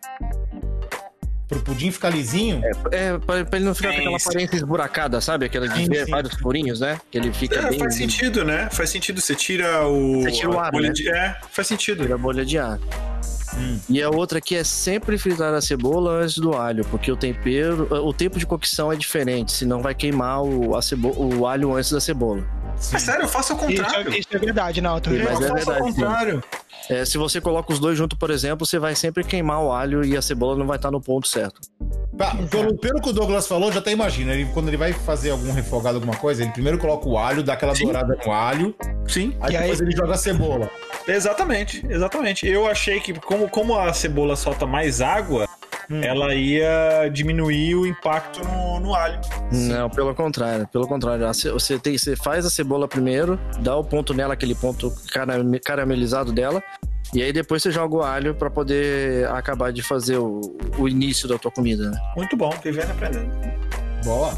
Pro pudim ficar lisinho? Pra ele não ficar com aquela aparência esburacada, sabe? Aquela de vários furinhos, né? Que ele fica bem... Faz sentido, né? Faz sentido. Você tira o... Você tira o ar, né? faz sentido. Tira a bolha de ar. E a outra aqui é sempre fritar a cebola antes do alho, porque o tempo de cocção é diferente, senão vai queimar o alho antes da cebola. É sério, eu faço o contrário. Isso é verdade, não. Mas é verdade, o contrário. Se você coloca os dois juntos, por exemplo, você vai sempre queimar o alho e a cebola não vai estar no ponto certo. Pelo que o Douglas falou, já até imagina. Quando ele vai fazer algum refogado, alguma coisa, ele primeiro coloca o alho, dá aquela dourada no alho. Sim. Aí depois ele joga a cebola. Exatamente. Eu achei que como a cebola solta mais água, ela ia diminuir o impacto no alho. Não, pelo contrário. Você faz a cebola primeiro, dá o ponto nela, aquele ponto caramelizado dela, e aí depois você joga o alho pra poder acabar de fazer o início da tua comida, né? Muito bom, vivendo e aprendendo. Boa.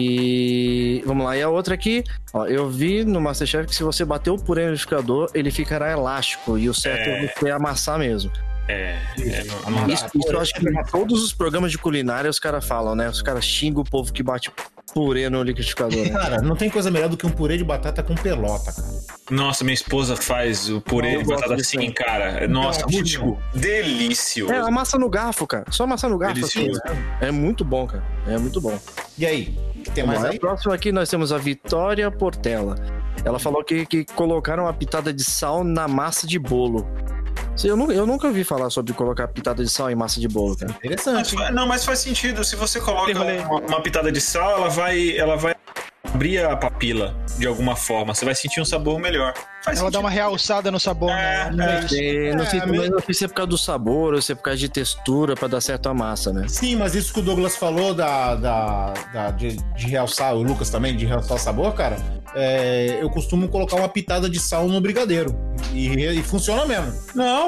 E vamos lá, e a outra aqui, ó, eu vi no Masterchef que se você bater o purê no liquidificador, ele ficará elástico, e o certo é você amassar mesmo. Isso eu acho que em todos os programas de culinária os caras falam, né? Os caras xingam o povo que bate purê no liquidificador. Né? Cara, não tem coisa melhor do que um purê de batata com pelota, cara. Nossa, minha esposa faz o purê de batata assim, cara. Nossa, rústico. Delicioso. Amassa no garfo, cara. Só amassar no garfo. Assim, é muito bom, cara. É muito bom. E aí? Tem mais aí? Próximo aqui nós temos a Vitória Portela. Ela falou que colocaram uma pitada de sal na massa de bolo. Eu nunca ouvi falar sobre colocar pitada de sal em massa de bolo, cara. Interessante. Mas faz sentido. Se você coloca uma pitada de sal, ela vai abrir a papila de alguma forma. Você vai sentir um sabor melhor. Ela dá uma realçada no sabor, né? Não sei se é por causa do sabor ou se é por causa de textura pra dar certo a massa, né? Sim, mas isso que o Douglas falou de realçar, o Lucas também, de realçar o sabor, cara, eu costumo colocar uma pitada de sal no brigadeiro. E funciona mesmo. Não,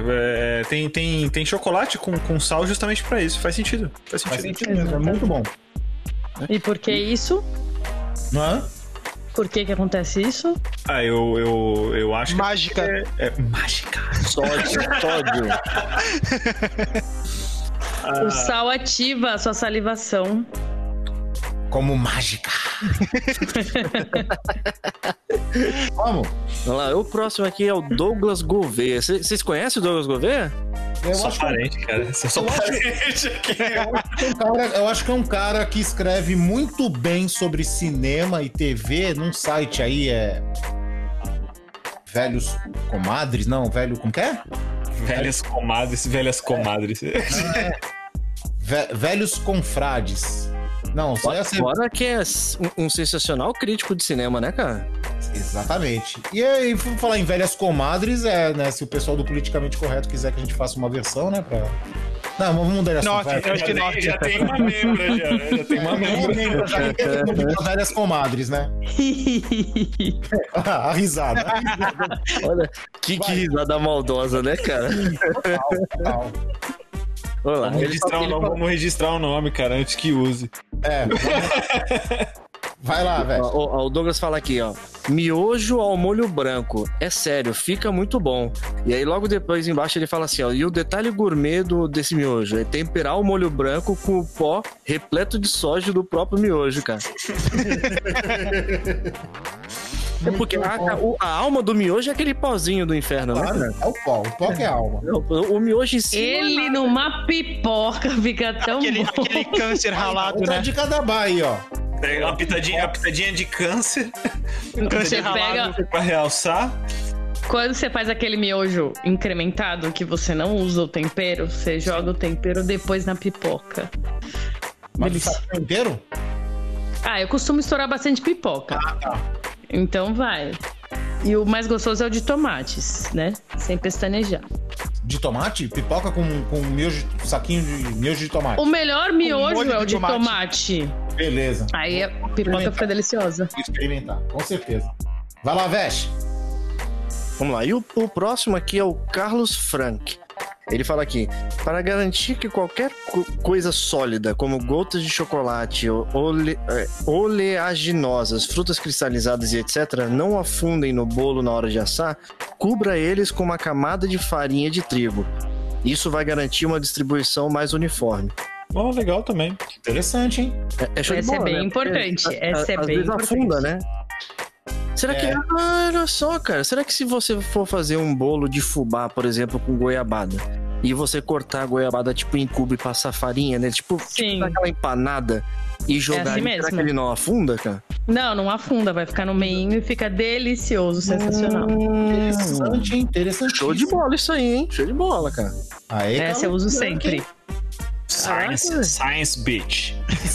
tem chocolate com sal justamente pra isso. Faz sentido. Faz sentido mesmo, é muito bom. E por que isso? Não é? Por que acontece isso? Eu acho mágica. que é mágica. Sódio. O sal ativa a sua salivação. Como mágica. Vamos lá, o próximo aqui é o Douglas Gouveia. Vocês conhecem o Douglas Gouveia? Sou parente, cara. Sou parente aqui. Eu acho que é um cara que escreve muito bem sobre cinema e TV num site aí, Velhos Comadres? Não, velho... Como que é? Velhas comadres. Velhos Confrades. Não, só essa... Agora que é um sensacional crítico de cinema, né, cara? Exatamente. E aí, vamos falar em velhas comadres, né? Se o pessoal do Politicamente Correto quiser que a gente faça uma versão, né? Não, vamos mudar essa. Nossa, eu acho que já tem uma membra, já tem uma membra. Já tem velhas comadres, né? A risada. Olha, que risada maldosa, né, cara? Total. Olá, vamos registrar o nome, cara, antes que use. Vai lá, velho. O Douglas fala aqui, ó. Miojo ao molho branco. É sério, fica muito bom. E aí logo depois embaixo ele fala assim, ó. E o detalhe gourmet desse miojo é temperar o molho branco com o pó repleto de soja do próprio miojo, cara. Porque a alma do miojo é aquele pozinho do inferno, claro, né? É o pó que é a alma. O miojo em si. Ele numa pipoca fica tão aquele bom. Aquele câncer ralado, outra né? dica da Bahia, ó. Uma pitadinha de câncer. Câncer ralado. Pra realçar. Quando você faz aquele miojo incrementado que você não usa o tempero, você joga o tempero depois na pipoca. Mas faz o inteiro? Eu costumo estourar bastante pipoca. Tá. Então vai. E o mais gostoso é o de tomates, né? Sem pestanejar. De tomate? Pipoca com miojo, saquinho de miojo de tomate. O melhor miojo é o de tomate. Beleza. Aí a pipoca fica deliciosa. Vou experimentar, com certeza. Vai lá, Vesh. Vamos lá. E o próximo aqui é o Carlos Frank. Ele fala aqui, para garantir que qualquer coisa sólida, como gotas de chocolate, oleaginosas, frutas cristalizadas e etc., não afundem no bolo na hora de assar, cubra eles com uma camada de farinha de trigo. Isso vai garantir uma distribuição mais uniforme. Oh, legal também. Interessante, hein? Essa é bem importante. Essa é bem importante. Afunda, né? Será que... olha só, cara. Será que se você for fazer um bolo de fubá, por exemplo, com goiabada, e você cortar a goiabada, tipo, em cubo e passar farinha, né? Tipo aquela empanada e jogar assim mesmo. Será que ele não afunda, cara? Não afunda. Vai ficar no meio e fica delicioso, sensacional. Interessante, hein? Interessante. Show de bola isso aí, hein? Show de bola, cara. Aí, essa eu uso sempre. Science bitch.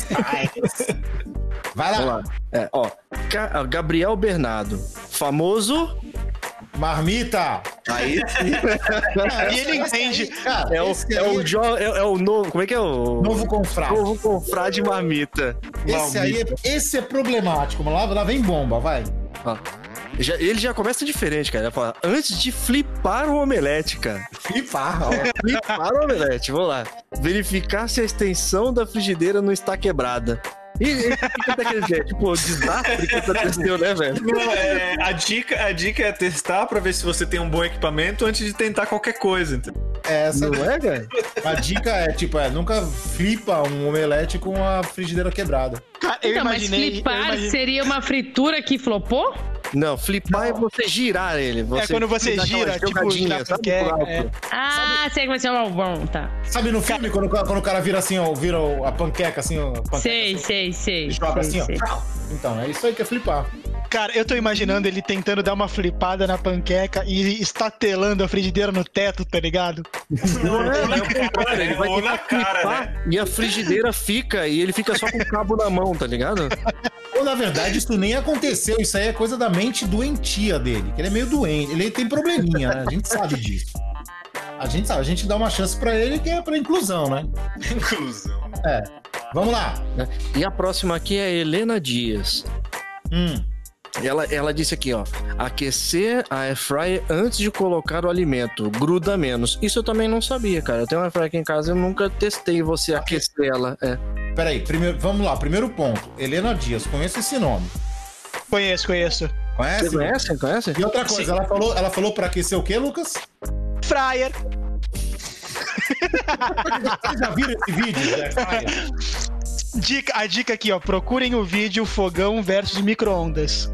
Vai lá. Vamos lá. Gabriel Bernardo, famoso... Marmita! Aí E ele entende. Cara, é o novo. Como é que é o. Novo confrade. Novo confrade Marmita. Esse é problemático. Lá vem bomba, vai. Ele já começa diferente, cara. Ele fala, antes de flipar o omelete, cara. Flipar o omelete, vamos lá. Verificar se a extensão da frigideira não está quebrada. E fica daquele jeito, tipo, desastre que aconteceu, né, velho? A dica é testar pra ver se você tem um bom equipamento antes de tentar qualquer coisa. Não é, cara? A dica é, nunca flipa um omelete com a frigideira quebrada. Cara, mas flipar seria uma fritura que flopou? Não, flipar é você girar ele. Quando você gira, tipo, girar sabe? Sei que vai ser uma bom, tá. Sabe no filme, quando o cara vira assim, ó, vira a panqueca assim, ó. Sei. Joga assim, ó. Então, é isso aí que é flipar. Cara, eu tô imaginando ele tentando dar uma flipada na panqueca e estatelando a frigideira no teto, tá ligado? Ele vai tentar flipar, né? E a frigideira fica, e ele fica só com o cabo na mão, tá ligado? Ou, na verdade, isso nem aconteceu. Isso aí é coisa da mente doentia dele. Que ele é meio doente. Ele tem probleminha, né? A gente sabe disso. A gente dá uma chance pra ele que é pra inclusão, né? Inclusão. Vamos lá. E a próxima aqui é a Helena Dias. Ela disse aqui, ó, aquecer a airfryer antes de colocar o alimento, gruda menos. Isso eu também não sabia, cara. Eu tenho uma airfryer aqui em casa, eu nunca testei você aquecer ela. Peraí, vamos lá, primeiro ponto. Helena Dias, conheço esse nome. Conheço. Conhece? Você conhece? E outra coisa, ela falou pra aquecer o quê, Lucas? Fryer. Vocês já viram esse vídeo da airfryer? A dica aqui, ó, procurem o vídeo fogão versus micro-ondas.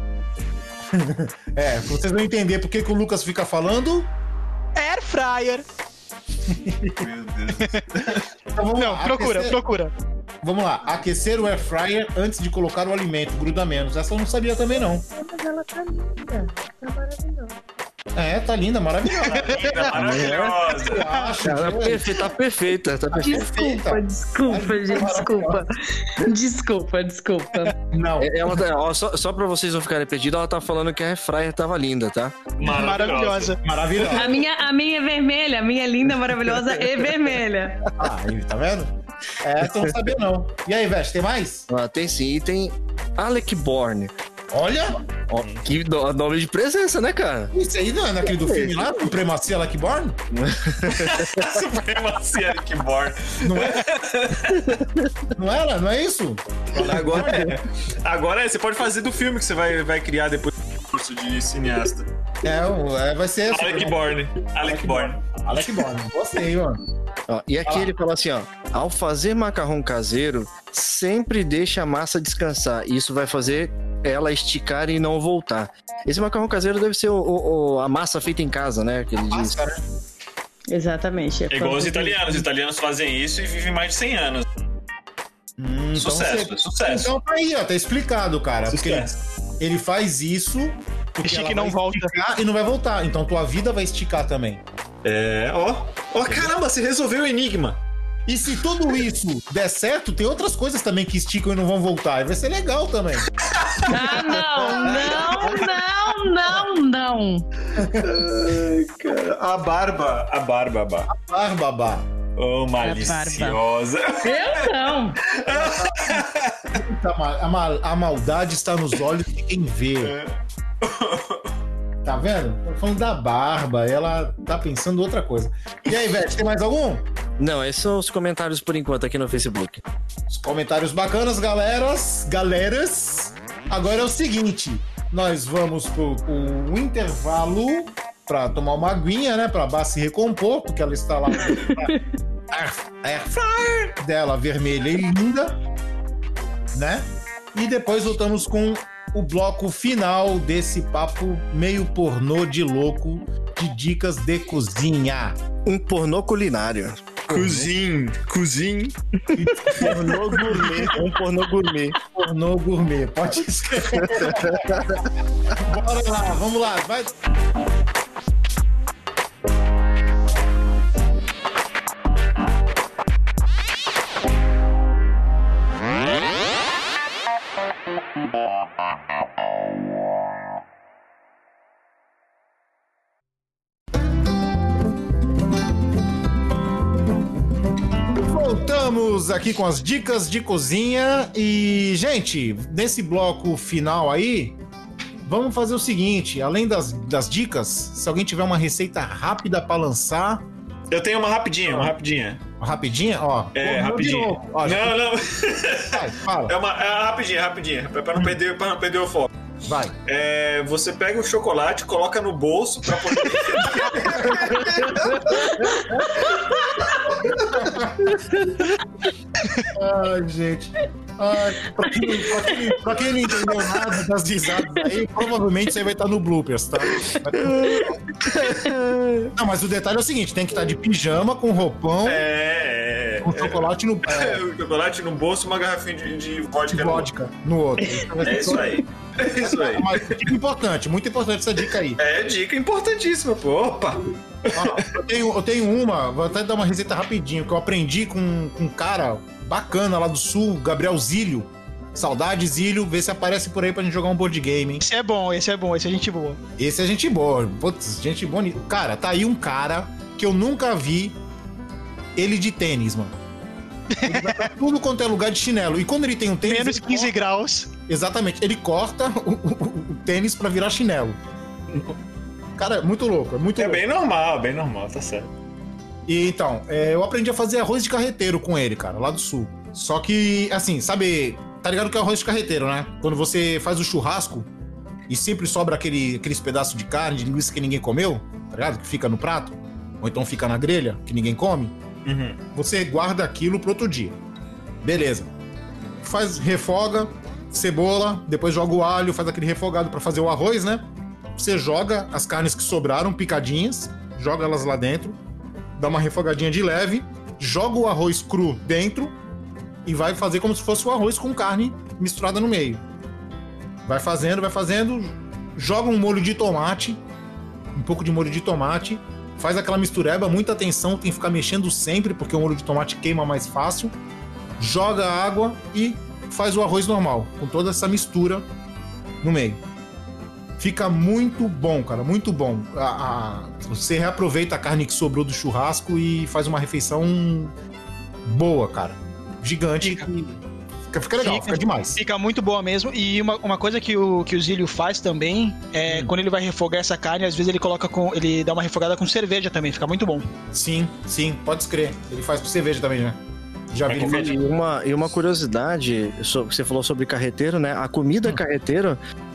Vocês vão entender por que o Lucas fica falando Air fryer. Meu Deus. Então vamos lá, procura. Vamos lá, aquecer o air fryer antes de colocar o alimento, gruda menos. Essa eu não sabia também, não. Mas ela tá linda, tá maravilhosa. Tá linda, maravilhosa. Maravilhosa. Tá perfeita. Desculpa, gente, desculpa. Não. Só pra vocês não ficarem perdidos, ela tá falando que a airfryer tava linda, tá? Maravilhosa. A minha é vermelha, a minha é linda, maravilhosa e vermelha. Aí, tá vendo? Essa eu não sabia, não. E aí, Veste, tem mais? Tem sim, e tem Alec Bourne. Olha! Que nome de presença, né, cara? Isso aí não é naquele do filme lá, Supremacia Alec Bourne? Supremacia Alec Bourne. Não é? Não era? Não é isso? Agora você pode fazer do filme que você vai criar depois do curso de cineasta. Vai ser essa. Alec Bourne. Gostei, mano. E aqui ele fala assim, ó, ao fazer macarrão caseiro, sempre deixa a massa descansar. Isso vai fazer ela esticar e não voltar. Esse macarrão caseiro deve ser a massa feita em casa, né? Que ele diz. Exatamente. É igual os italianos. Os italianos fazem isso e vivem mais de 100 anos. Sucesso. Então tá aí, ó, tá explicado, cara. Sucesso. Porque ele faz isso porque ela não volta e não vai voltar. Então tua vida vai esticar também. Caramba, você resolveu o enigma. E se tudo isso der certo, tem outras coisas também que esticam e não vão voltar. E vai ser legal também. Não. Ai, cara. A barba. Oh, maliciosa. Eu não. A maldade está nos olhos de quem vê. Tá vendo? Tô falando da barba, ela tá pensando outra coisa. E aí, Vete, tem mais algum? Não, esses são os comentários por enquanto aqui no Facebook. Os comentários bacanas, galeras. Agora é o seguinte, nós vamos pro intervalo pra tomar uma aguinha, né? Pra Bá se recompor, porque ela está lá air fryer dela, vermelha e linda, né? E depois voltamos com o bloco final desse papo meio pornô de louco de dicas de cozinha. Um pornô culinário. Cozinho. Pornô gourmet. Um pornô gourmet. Pornô gourmet, pode escrever. Bora lá, vamos lá, vai. Voltamos aqui com as dicas de cozinha e, gente, nesse bloco final aí, vamos fazer o seguinte, além das dicas, se alguém tiver uma receita rápida pra lançar... Eu tenho uma rapidinha. Uma rapidinha? Ó. Rapidinho. Ó, não. Vai, fala. É uma rapidinha, pra não perder o foco. Vai. Você pega o chocolate, coloca no bolso pra poder... Ai, gente. Pra quem não entendeu nada das risadas aí, provavelmente isso aí vai estar no bloopers, tá? Não, mas o detalhe é o seguinte, tem que estar de pijama, com roupão, com chocolate no chocolate no bolso e uma garrafinha de vodka no outro. É isso aí. Mas dica importante, muito importante essa dica aí. Dica importantíssima, pô. Opa! Eu tenho uma, vou até dar uma receita rapidinho, que eu aprendi com um cara bacana lá do sul, Gabriel Zílio. Saudade, Zílio, vê se aparece por aí pra gente jogar um board game, hein? Esse é bom, esse é gente boa. Esse é gente boa, putz, gente boa. Cara, tá aí um cara que eu nunca vi ele de tênis, mano. Ele vai pra tudo quanto é lugar de chinelo. E quando ele tem um tênis... Menos 15 graus. Exatamente, ele corta o tênis pra virar chinelo. Cara, é muito louco, louco. Bem normal, tá certo. E então, eu aprendi a fazer arroz de carreteiro com ele, cara, lá do sul. Só que, assim, sabe, tá ligado que é arroz de carreteiro, né? Quando você faz o churrasco e sempre sobra aqueles pedaços de carne, de linguiça que ninguém comeu, tá ligado? Que fica no prato, ou então fica na grelha, que ninguém come. Uhum. Você guarda aquilo pro outro dia. Beleza. Refoga, cebola, depois joga o alho, faz aquele refogado pra fazer o arroz, né? Você joga as carnes que sobraram, picadinhas, joga elas lá dentro, dá uma refogadinha de leve, joga o arroz cru dentro e vai fazer como se fosse o arroz com carne misturada no meio. Vai fazendo, joga um molho de tomate, um pouco de molho de tomate, faz aquela mistureba, muita atenção, tem que ficar mexendo sempre, porque o molho de tomate queima mais fácil, joga a água e faz o arroz normal, com toda essa mistura no meio. Fica muito bom, cara, muito bom. Você reaproveita a carne que sobrou do churrasco e faz uma refeição boa, cara. Gigante. Fica legal, fica demais. Fica muito boa mesmo. E uma coisa que o Zílio faz também é quando ele vai refogar essa carne, às vezes ele dá uma refogada com cerveja também, fica muito bom. Sim, pode escrever. Ele faz com cerveja também, né? Já vi ele e uma curiosidade, você falou sobre carreteiro, né? A comida carreteiro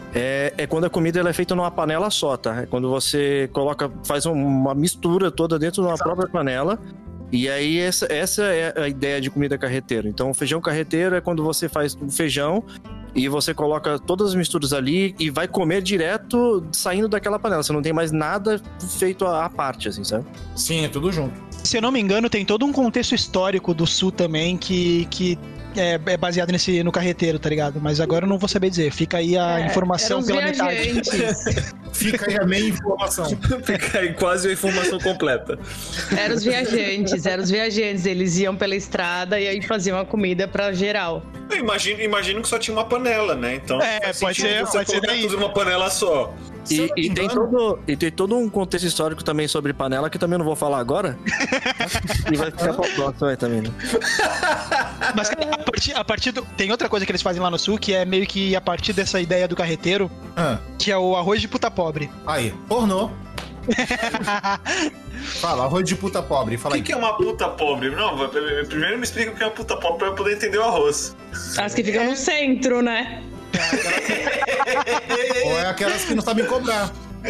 é quando a comida ela é feita numa panela só, tá? É quando você faz uma mistura toda dentro de uma própria panela. E aí essa é a ideia de comida carreteiro. Então o feijão carreteiro é quando você faz o feijão e você coloca todas as misturas ali e vai comer direto saindo daquela panela. Você não tem mais nada feito à parte, assim, sabe? Sim, é tudo junto. Se eu não me engano, tem todo um contexto histórico do sul também que é baseado no carreteiro, tá ligado? Mas agora eu não vou saber dizer. Fica aí a informação pela metade. Fica aí a meia informação. Fica aí quase a informação completa. Eram os viajantes. Eles iam pela estrada e aí faziam a comida pra geral. Eu imagino que só tinha uma panela, né? Então pode ser tudo numa panela só. E tem todo um contexto histórico também sobre panela, que também não vou falar agora. E vai ficar pra próxima também, né? Mas a partir do... Tem outra coisa que eles fazem lá no sul, que é meio que a partir dessa ideia do carreteiro, que é o arroz de puta pobre. Aí, pornô. Fala, arroz de puta pobre. Fala O que é uma puta pobre? Não, primeiro me explica o que é uma puta pobre pra eu poder entender o arroz. As que ficam no centro, né? Ou é aquelas que não sabem cobrar.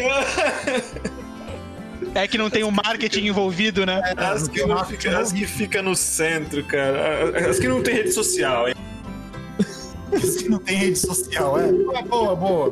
É que não tem o marketing envolvido, né? As que ficam no centro, cara. As que não tem rede social. As que não tem rede social, é. Boa.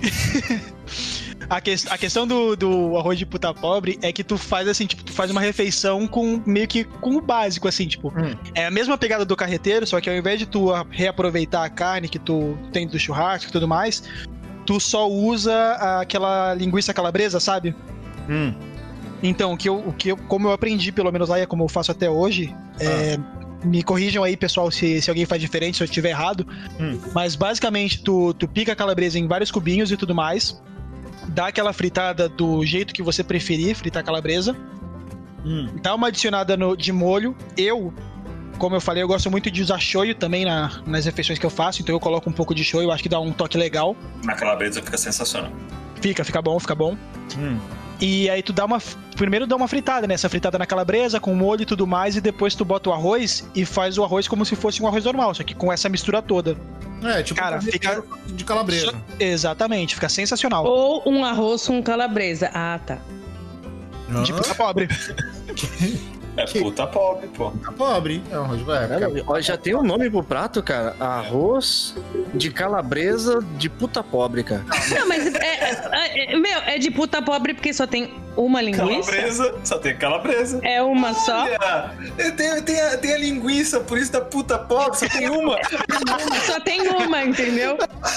A questão do arroz de puta pobre é que tu faz assim, tipo, tu faz uma refeição com meio que com o básico, assim, tipo. É a mesma pegada do carreteiro, só que ao invés de tu reaproveitar a carne que tu tem do churrasco e tudo mais, tu só usa aquela linguiça calabresa, sabe? Então, como eu aprendi, pelo menos lá, e é como eu faço até hoje, me corrijam aí, pessoal, se alguém faz diferente, se eu estiver errado, mas basicamente tu pica a calabresa em vários cubinhos e tudo mais, dá aquela fritada do jeito que você preferir, fritar a calabresa, dá uma adicionada de molho. Como eu falei, eu gosto muito de usar shoyu também nas refeições que eu faço, então eu coloco um pouco de shoyu, acho que dá um toque legal. Na calabresa fica sensacional. Fica bom. E aí tu primeiro dá uma fritada, né? Essa fritada na calabresa, com molho e tudo mais, e depois tu bota o arroz e faz o arroz como se fosse um arroz normal, só que com essa mistura toda. É, tipo, cara, fica de calabresa. Exatamente, fica sensacional. Ou um arroz com calabresa. Ah, tá. De puta pobre. É puta pobre, pô. Puta pobre. É um arroz, velho. Já tem um nome pro prato, cara. Arroz de calabresa de puta pobre, cara. Não, mas é de puta pobre porque só tem uma linguiça. Calabresa, só tem calabresa. É uma só. Tem a linguiça, por isso da puta pobre, só tem uma. Só tem uma, entendeu?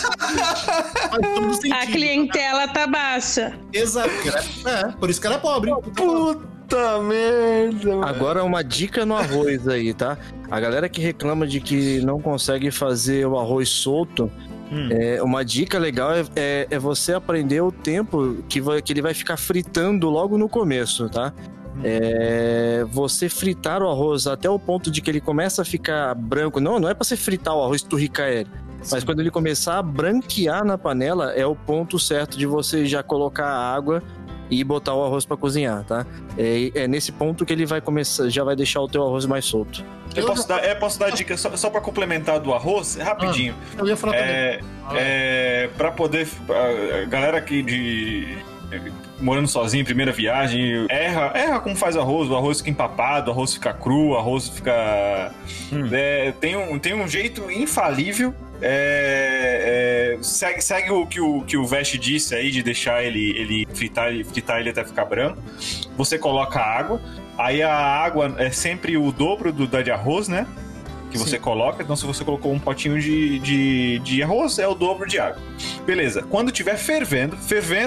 A clientela tá baixa. Exato. Por isso que ela é pobre. Puta merda. Agora uma dica no arroz aí, tá? A galera que reclama de que não consegue fazer o arroz solto, uma dica legal é você aprender o tempo que ele vai ficar fritando logo no começo, tá? Você fritar o arroz até o ponto de que ele começa a ficar branco. Não é pra você fritar o arroz e turricar ele. Mas quando ele começar a branquear na panela, é o ponto certo de você já colocar a água e botar o arroz pra cozinhar, tá? É nesse ponto que ele vai começar, já vai deixar o teu arroz mais solto. Eu posso dar dica só pra complementar do arroz, rapidinho. Eu ia falar também. Pra poder... A galera aqui morando sozinho, primeira viagem, erra como faz arroz. O arroz fica empapado, o arroz fica cru, o arroz fica... Tem um jeito infalível. Segue o que o Vest disse aí, de deixar ele fritar ele até ficar branco. Você coloca a água, aí a água é sempre o dobro da de arroz, né? Que você coloca. Então, se você colocou um potinho de arroz, é o dobro de água. Beleza. Quando tiver fervendo,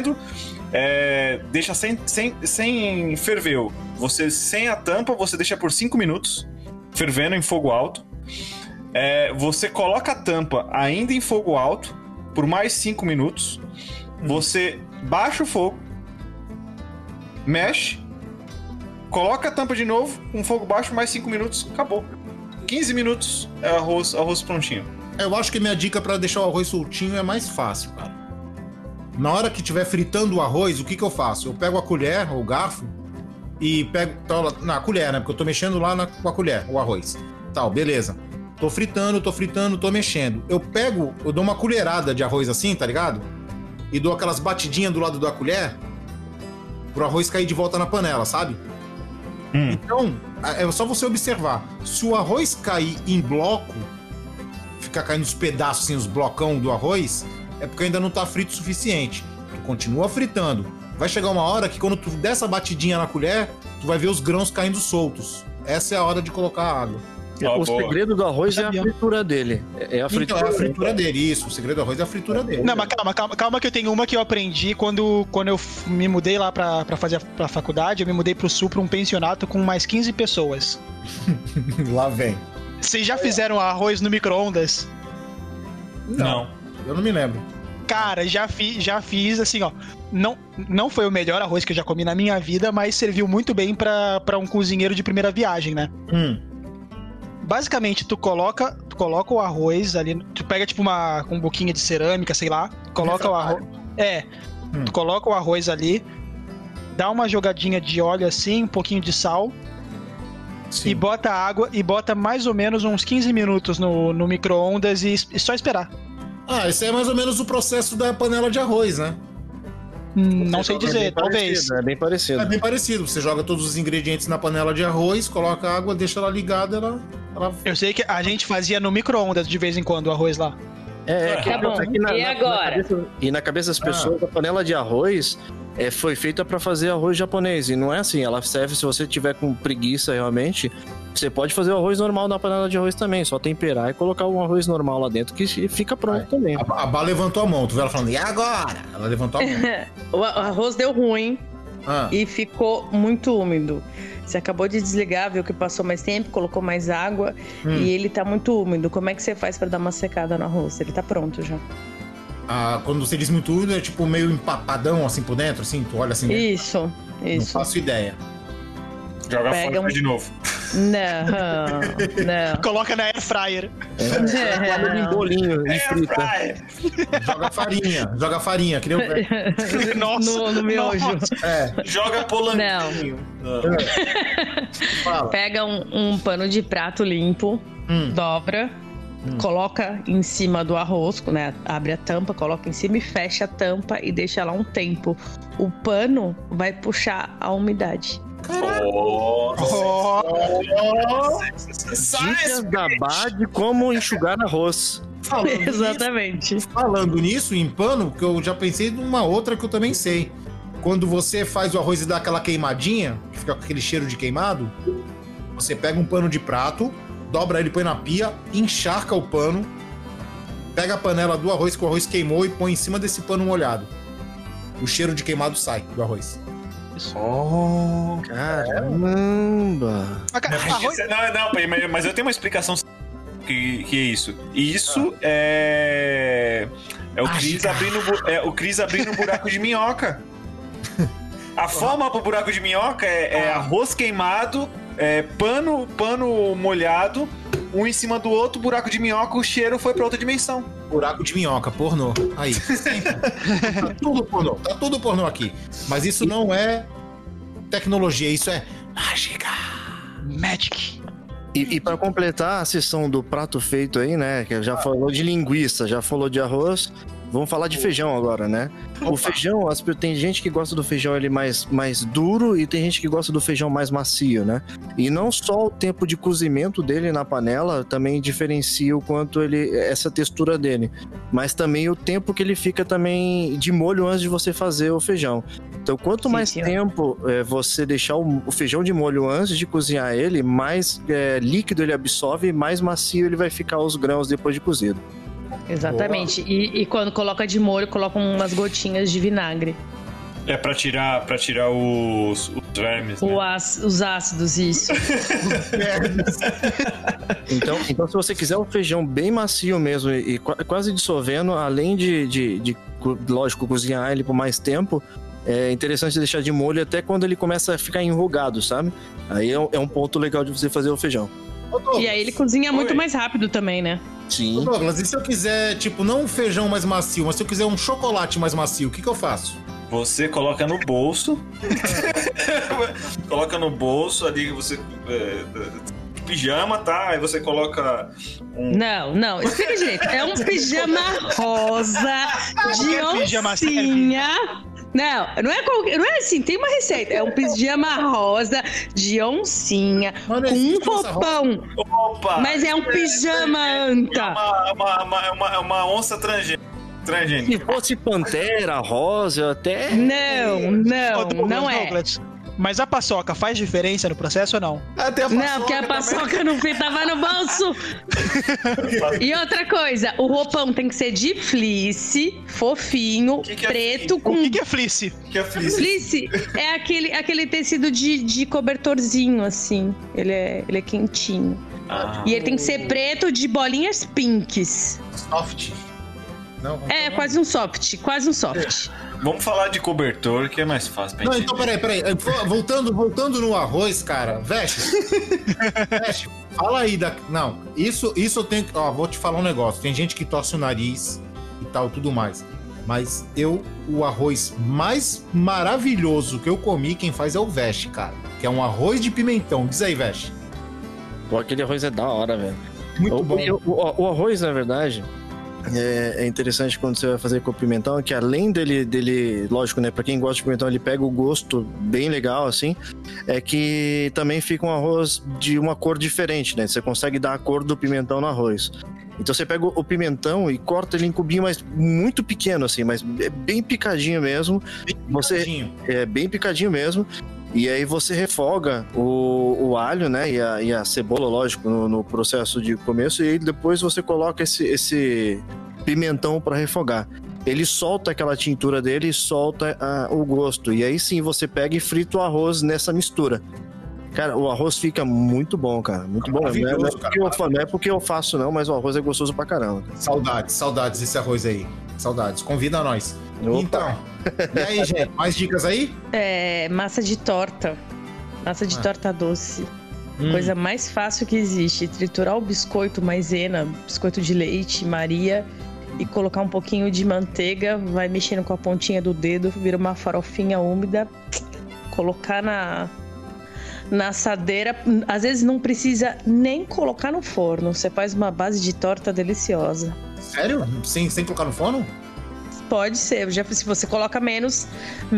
deixa sem ferver. Você, sem a tampa, você deixa por 5 minutos fervendo em fogo alto. Você coloca a tampa ainda em fogo alto por mais 5 minutos. Você baixa o fogo, mexe, coloca a tampa de novo, com fogo baixo, mais 5 minutos, acabou. 15 minutos é arroz prontinho. Eu acho que minha dica pra deixar o arroz soltinho é mais fácil, cara. Na hora que estiver fritando o arroz, o que eu faço? Eu pego a colher ou o garfo e pego... Na colher, né? Porque eu tô mexendo lá com a colher, o arroz. Tal, beleza. Tô fritando, tô mexendo. Eu dou uma colherada de arroz assim, tá ligado? E dou aquelas batidinhas do lado da colher pro arroz cair de volta na panela, sabe? Então, é só você observar. Se o arroz cair em bloco, ficar caindo os pedaços, assim, os blocão do arroz, é porque ainda não tá frito o suficiente. Tu continua fritando. Vai chegar uma hora que quando tu der essa batidinha na colher, tu vai ver os grãos caindo soltos. Essa é a hora de colocar a água. O segredo do arroz é a fritura dele. É a fritura, então, é a fritura dele, isso. O segredo do arroz é a fritura dele. Não, mas calma que eu tenho uma que eu aprendi quando eu me mudei lá pra fazer a faculdade. Eu me mudei pro Sul, pra um pensionato com mais 15 pessoas. Lá vem. Vocês já fizeram arroz no micro-ondas? Não. Eu não me lembro. Cara, já fiz assim, ó. Não foi o melhor arroz que eu já comi na minha vida, mas serviu muito bem pra um cozinheiro de primeira viagem, né? Basicamente, tu coloca o arroz ali, tu pega tipo um boquinha de cerâmica, sei lá, coloca o arroz. Tu coloca o arroz ali, dá uma jogadinha de óleo assim, um pouquinho de sal. Sim. E bota água e bota mais ou menos uns 15 minutos no micro-ondas e só esperar. Esse é mais ou menos o processo da panela de arroz, né? Não sei dizer, talvez. É bem parecido. É bem parecido. Você joga todos os ingredientes na panela de arroz, coloca água, deixa ela ligada, ela... Eu sei que a gente fazia no micro-ondas de vez em quando o arroz lá. Tá bom. E agora? Na cabeça das pessoas, a panela de arroz foi feita para fazer arroz japonês. E não é assim, ela serve se você tiver com preguiça realmente. Você pode fazer o arroz normal na panela de arroz também, só temperar e colocar um arroz normal lá dentro que fica pronto também. A Bá levantou a mão, tu viu ela falando, e agora? Ela levantou a mão. O arroz deu ruim e ficou muito úmido. Você acabou de desligar, viu que passou mais tempo, colocou mais água e ele tá muito úmido. Como é que você faz pra dar uma secada no arroz? Ele tá pronto já. Quando você diz muito úmido, é tipo meio empapadão assim por dentro, assim, tu olha assim. Isso. Não faço ideia. Joga fora de novo. Não. Coloca na air fryer. Um bolinho de frita. Joga farinha, que nem o... Nossa, no miojo. Joga polanquinho. Pega um pano de prato limpo, dobra, coloca em cima do arroz, né? Abre a tampa, coloca em cima e fecha a tampa e deixa lá um tempo. O pano vai puxar a umidade. Dicas da Bá de como enxugar arroz. Exatamente. Falando nisso, em pano, que eu já pensei numa outra que eu também sei. Quando você faz o arroz e dá aquela queimadinha, que fica com aquele cheiro de queimado, você pega um pano de prato, dobra ele, põe na pia, encharca o pano, pega a panela do arroz que o arroz queimou e põe em cima desse pano molhado. O cheiro de queimado sai do arroz. Caramba! Mas eu tenho uma explicação que é isso. Isso é o Cris abrindo um buraco de minhoca. A forma pro buraco de minhoca é arroz queimado, pano molhado, um em cima do outro, buraco de minhoca, o cheiro foi pra outra dimensão. Buraco de minhoca, pornô. Aí. Tá tudo pornô aqui. Mas isso não é tecnologia, isso é mágica. Magic. E para completar a sessão do prato feito aí, né? Que já falou de linguiça, já falou de arroz. Vamos falar de feijão agora, né? O feijão, tem gente que gosta do feijão ele mais duro e tem gente que gosta do feijão mais macio, né? E não só o tempo de cozimento dele na panela também diferencia o quanto essa textura dele, mas também o tempo que ele fica também de molho antes de você fazer o feijão. Então, quanto mais tempo você deixar o feijão de molho antes de cozinhar ele, mais líquido ele absorve e mais macio ele vai ficar os grãos depois de cozido. Exatamente. E quando coloca de molho, coloca umas gotinhas de vinagre. É pra tirar os vermes, né? Os ácidos, isso. Então, se você quiser um feijão bem macio mesmo e quase dissolvendo, além de lógico, cozinhar ele por mais tempo, é interessante deixar de molho até quando ele começa a ficar enrugado, sabe? Aí é um ponto legal de você fazer o feijão. E aí ele cozinha muito mais rápido também, né? Sim. Douglas, e se eu quiser, tipo, não um feijão mais macio, mas se eu quiser um chocolate mais macio, o que eu faço? Você coloca no bolso. Coloca no bolso ali, você... pijama, tá? Aí você coloca Não, explica direito. É um pijama rosa de oncinha. Não é assim, tem uma receita. É um pijama rosa de oncinha, com um roupão. Opa! Mas é um pijama anta. É uma onça transgênica. Se fosse pantera, rosa, até... Não é. Douglas, mas a paçoca faz diferença no processo ou não? Não, porque a paçoca não tava no bolso. E outra coisa, o roupão tem que ser de fleece, fofinho, preto com... O que é fleece? Fleece é aquele tecido de cobertorzinho, assim. Ele é quentinho. E ele tem que ser preto de bolinhas pinks. Soft. Não, quase um soft, quase um soft. Vamos falar de cobertor, que é mais fácil pra Não, entender. então peraí. Voltando no arroz, cara. Veste, fala aí da... Não, isso eu tenho... Ó, vou te falar um negócio. Tem gente que torce o nariz e tal, tudo mais. Mas o arroz mais maravilhoso que eu comi, quem faz é o Veste, cara. Que é um arroz de pimentão. Diz aí, Veste. Pô, aquele arroz é da hora, velho. Muito bom. O arroz, na verdade, é interessante quando você vai fazer com o pimentão, que além dele, lógico, né, pra quem gosta de pimentão, ele pega o gosto bem legal, assim, é que também fica um arroz de uma cor diferente, né? Você consegue dar a cor do pimentão no arroz. Então você pega o pimentão e corta ele em cubinho, mas muito pequeno, assim, mas bem picadinho mesmo. Bem picadinho mesmo. E aí você refoga o alho, né, e a cebola, lógico, no processo de começo, e aí depois você coloca esse pimentão para refogar. Ele solta aquela tintura dele e solta o gosto. E aí sim você pega e frita o arroz nessa mistura. Cara, o arroz fica muito bom, cara. Muito bom. Não é porque eu faço, não, mas o arroz é gostoso pra caramba. Saudades desse arroz aí. Saudades. Convida nós. Opa. Então, e aí, gente? Mais dicas aí? Massa de torta. Massa de torta doce. Coisa mais fácil que existe. Triturar o biscoito maisena, biscoito de leite, Maria, e colocar um pouquinho de manteiga, vai mexendo com a pontinha do dedo, vira uma farofinha úmida, colocar na assadeira. Às vezes não precisa nem colocar no forno. Você faz uma base de torta deliciosa. Sério? Sem colocar no forno? Pode ser. Se você coloca menos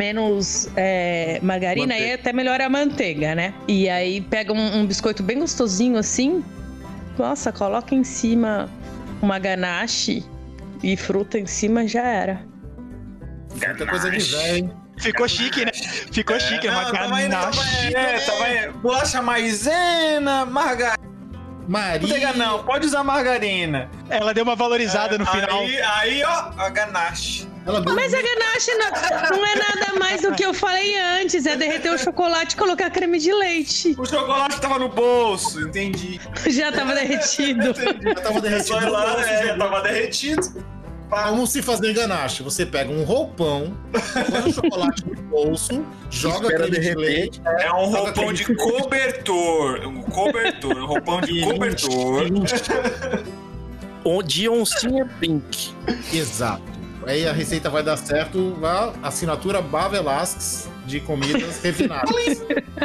margarina, aí até melhora a manteiga, né? E aí pega um biscoito bem gostosinho assim. Nossa, coloca em cima uma ganache e fruta em cima, já era. Muita coisa de velho, hein? Ficou chique, né? Ficou chique, uma ganache. Bolacha maisena, margarina. Maria. Não, pode usar margarina. Ela deu uma valorizada no final. Aí, ó, a ganache. Mas a ganache não é nada mais do que eu falei antes. É derreter o chocolate e colocar creme de leite. O chocolate tava no bolso, entendi. Já tava derretido. Já tava derretido. Foi lá, tava derretido. Como se fazer ganache? Você pega um roupão, põe o chocolate no bolso, joga creme de leite. É um roupão de cobertor. Um roupão de cobertor. De oncinha pink. Exato. Aí a receita vai dar certo. A assinatura Bá Velasquez de comidas refinadas.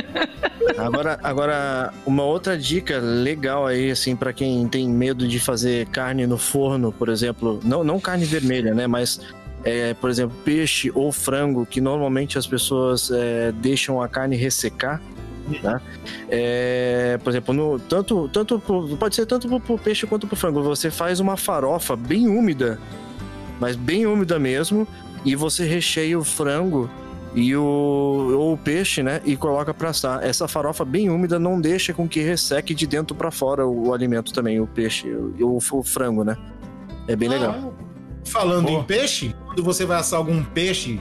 Agora, uma outra dica legal aí, assim, pra quem tem medo de fazer carne no forno, por exemplo, não carne vermelha, né, mas, por exemplo, peixe ou frango, que normalmente as pessoas deixam a carne ressecar, tá? Por exemplo, pode ser tanto pro peixe quanto pro frango, você faz uma farofa bem úmida, mas bem úmida mesmo, e você recheia o frango e o peixe, né, e coloca pra assar. Essa farofa bem úmida não deixa com que resseque de dentro pra fora o alimento também, o peixe, o frango, né? É bem legal. Falando em peixe, quando você vai assar algum peixe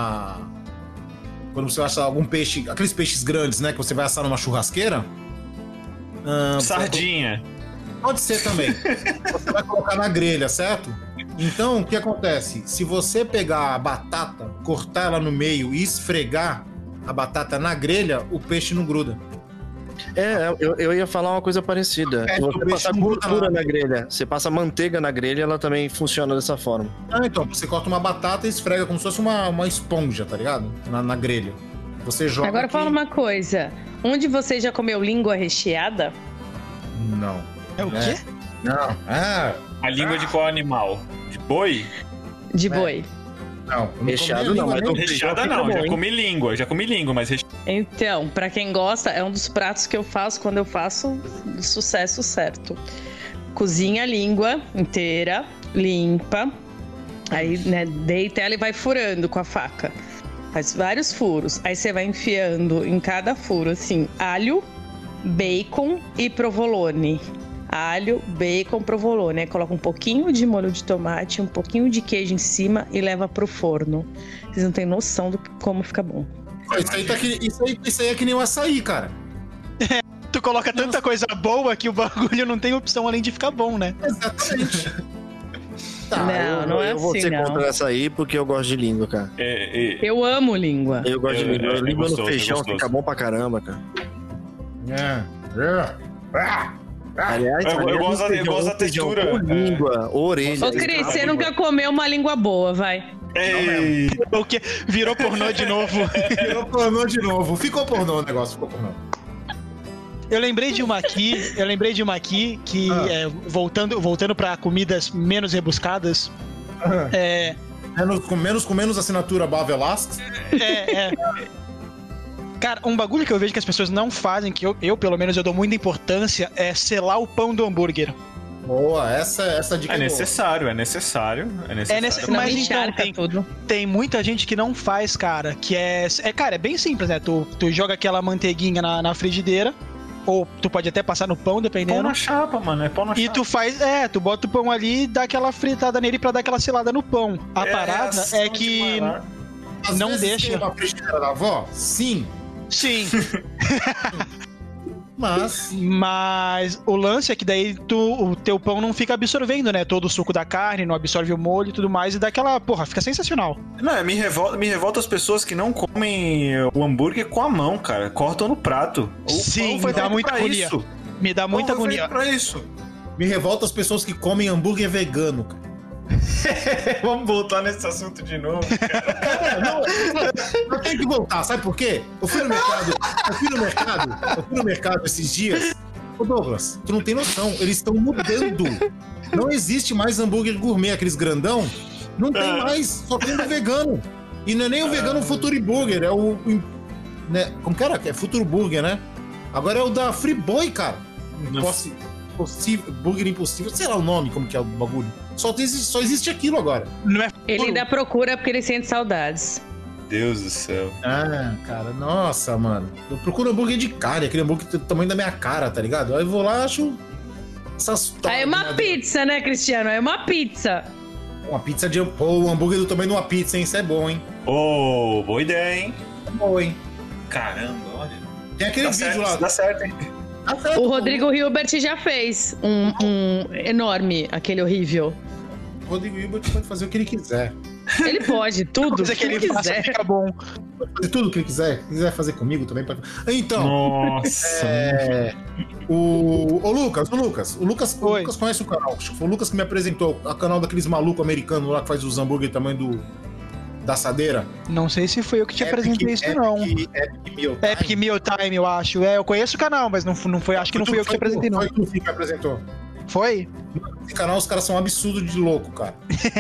quando você vai assar algum peixe, aqueles peixes grandes, né, que você vai assar numa churrasqueira... Sardinha. Pode ser também. Você vai colocar na grelha, certo? Então, o que acontece? Se você pegar a batata, cortar ela no meio e esfregar a batata na grelha, o peixe não gruda. Eu ia falar uma coisa parecida. Se você passar gordura na grelha, você passa manteiga na grelha, ela também funciona dessa forma. Então, você corta uma batata e esfrega como se fosse uma esponja, tá ligado? Na grelha. Você joga. Agora fala uma coisa. Onde você já comeu língua recheada? Não. É o quê? Não. A língua de qual animal? De boi? De boi. Não. Recheado não, mas recheada não. Já comi língua, mas recheada. Então, pra quem gosta, é um dos pratos que eu faço quando eu faço sucesso certo. Cozinha a língua inteira, limpa. Aí, né, deita ela e vai furando com a faca. Faz vários furos. Aí você vai enfiando em cada furo, assim, alho, bacon e provolone. Alho, bacon, provolone. Aí coloca um pouquinho de molho de tomate, um pouquinho de queijo em cima e leva pro forno. Vocês não têm noção de como fica bom. Isso aí é que nem o açaí, cara. Tu coloca tanta coisa boa que o bagulho não tem opção além de ficar bom, né? Exatamente. Não é eu vou assim, ser não. contra essa aí porque eu gosto de língua, cara. Eu amo língua. Eu gosto de língua. Língua gostoso, no feijão gostoso. fica bom pra caramba, cara. Ah, Aliás, Eu gosto da textura. Com língua, orelha. Ô, Cris, você nunca comeu uma língua boa, vai. Ei, O que? Virou pornô de novo. virou pornô de novo. Ficou pornô o negócio, ficou pornô. Eu lembrei de uma aqui que, voltando pra comidas menos rebuscadas, Com menos assinatura Bavelasque. Cara, um bagulho que eu vejo que as pessoas não fazem, que eu pelo menos, eu dou muita importância, é selar o pão do hambúrguer. Boa, essa dica é boa. necessário. Mas Não encharca então, tudo. tem muita gente que não faz, cara, que cara, é bem simples, né? Tu joga aquela manteiguinha na frigideira, ou tu pode até passar no pão, dependendo. Pão na chapa, mano. É pão na chapa. E tu faz, tu bota o pão ali e dá aquela fritada nele pra dar aquela selada no pão. A parada é que Às não vezes deixa. tem uma frigideira da avó? Sim. Sim. Mas o lance é que daí o teu pão não fica absorvendo, né? Todo o suco da carne, não absorve o molho e tudo mais, e dá aquela, fica sensacional. Não, me revolta as pessoas que não comem o hambúrguer com a mão, cara. Cortam no prato. Sim, me dá muita agonia. Me dá muita agonia. Pra isso. me revolta as pessoas que comem hambúrguer vegano, cara. Vamos voltar nesse assunto de novo, cara. Eu tenho que voltar, sabe por quê? Eu fui no mercado esses dias. Ô Douglas, tu não tem noção, eles estão mudando. Não existe mais hambúrguer gourmet, aqueles grandão. Não tem mais, só tem o vegano. E não é nem o vegano Futuri Burger, é o... Né, como que era? É Futuro Burger, né? Agora é o da Friboi, cara. Burger Impossível, sei lá o nome, como que é o bagulho. Só existe aquilo agora. Não é ele ainda procura porque ele sente saudades. Deus do céu. Ah, cara, nossa, mano. Eu procuro hambúrguer de carne, aquele hambúrguer do tamanho da minha cara, tá ligado? Aí eu vou lá, acho essas... Aí é uma pizza, né, Cristiano? É uma pizza. Uma pizza de... Pô, o hambúrguer do tamanho de uma pizza, hein? Isso é bom, hein? Ô, boa ideia, hein? É bom, hein? Caramba, olha. Tem aquele vídeo lá. Dá certo, hein? O Rodrigo Hilbert já fez um enorme, aquele horrível. O Rodrigo Hilbert pode fazer o que ele quiser. Ele pode, tudo que ele quiser. Fica bom. Pode fazer tudo o que ele quiser. Se quiser fazer comigo também pode. Então. Nossa. O Lucas conhece o canal. Foi o Lucas que me apresentou o canal daqueles malucos americanos lá que faz os hambúrguer tamanho da assadeira. Não sei se foi eu que te apresentei isso, não. Epic Meal Time, eu acho. Eu conheço o canal, mas não foi. Acho que não fui eu que te apresentei, não. Foi tu que me apresentou. Foi? Esse canal, os caras são um absurdo de louco, cara.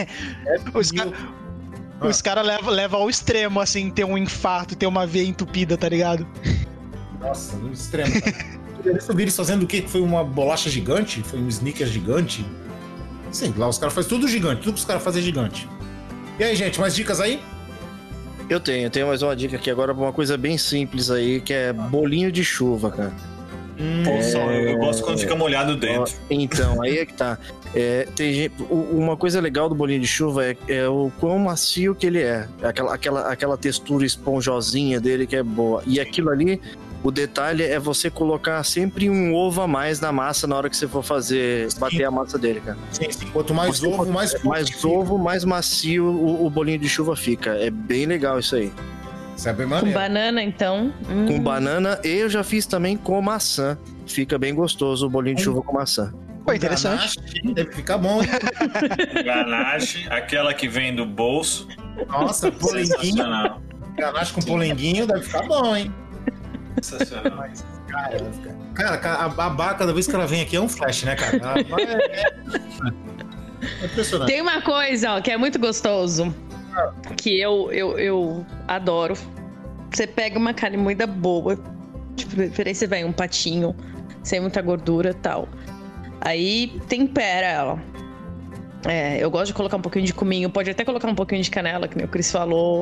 Os caras levam ao extremo, assim, ter um infarto, ter uma veia entupida, tá ligado? Nossa, no extremo. Eu vi eles fazendo o quê? Foi uma bolacha gigante? Foi um sneaker gigante? Sei lá, os caras fazem tudo gigante. Tudo que os caras fazem é gigante. E aí, gente, mais dicas aí? Eu tenho mais uma dica aqui agora pra uma coisa bem simples aí, que é bolinho de chuva, cara. Eu gosto quando fica molhado dentro. Então, aí é que tá. Uma coisa legal do bolinho de chuva é o quão macio que ele é. Aquela textura esponjosinha dele que é boa. E aquilo ali, o detalhe é você colocar sempre um ovo a mais na massa na hora que você for bater a massa dele, cara. Sim. Quanto mais ovo, mais macio o bolinho de chuva fica. É bem legal isso aí. Isso é bem Com maneiro. banana, então. Com banana, eu já fiz também com maçã. Fica bem gostoso o bolinho de chuva com maçã. Pô, interessante. Ganache, deve ficar bom, hein? Ganache, aquela que vem do bolso. Nossa, polenguinho. Ganache com polenguinho deve ficar bom, hein? Sensacional. Cara, a Bá, cada vez que ela vem aqui é um flash, né, cara? É impressionante. Tem uma coisa, ó, que é muito gostoso, que eu adoro. Você pega uma carne moída boa, de preferência vai um patinho, sem muita gordura e tal. Aí tempera ela. Eu gosto de colocar um pouquinho de cominho, pode até colocar um pouquinho de canela, que nem o Cris falou.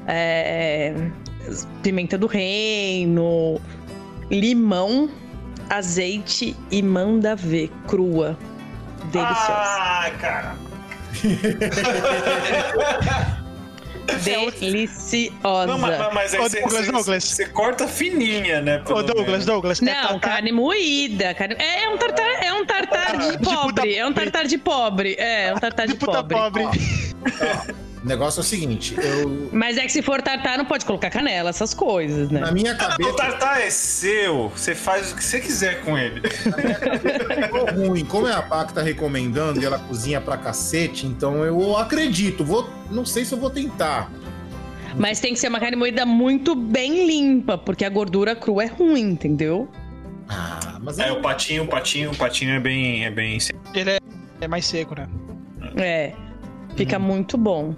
Pimenta do reino, limão, azeite e manda ver crua. Deliciosa. Ah, cara. Deliciosa. Não, mas aí você corta fininha, né? Ô, Douglas. Não, carne moída. É um tartar de pobre. É um tartar de pobre. É um tartar de pobre. O negócio é o seguinte, Mas é que se for tartar, não pode colocar canela, essas coisas, né? Na minha cabeça... O tartar é seu, você faz o que você quiser com ele. Na minha cabeça ficou ruim. Como é a Pá que tá recomendando e ela cozinha pra cacete, então eu acredito. Não sei se eu vou tentar. Mas tem que ser uma carne moída muito bem limpa, porque a gordura crua é ruim, entendeu? Mas o patinho é bem... Ele é mais seco, né? É, fica muito bom.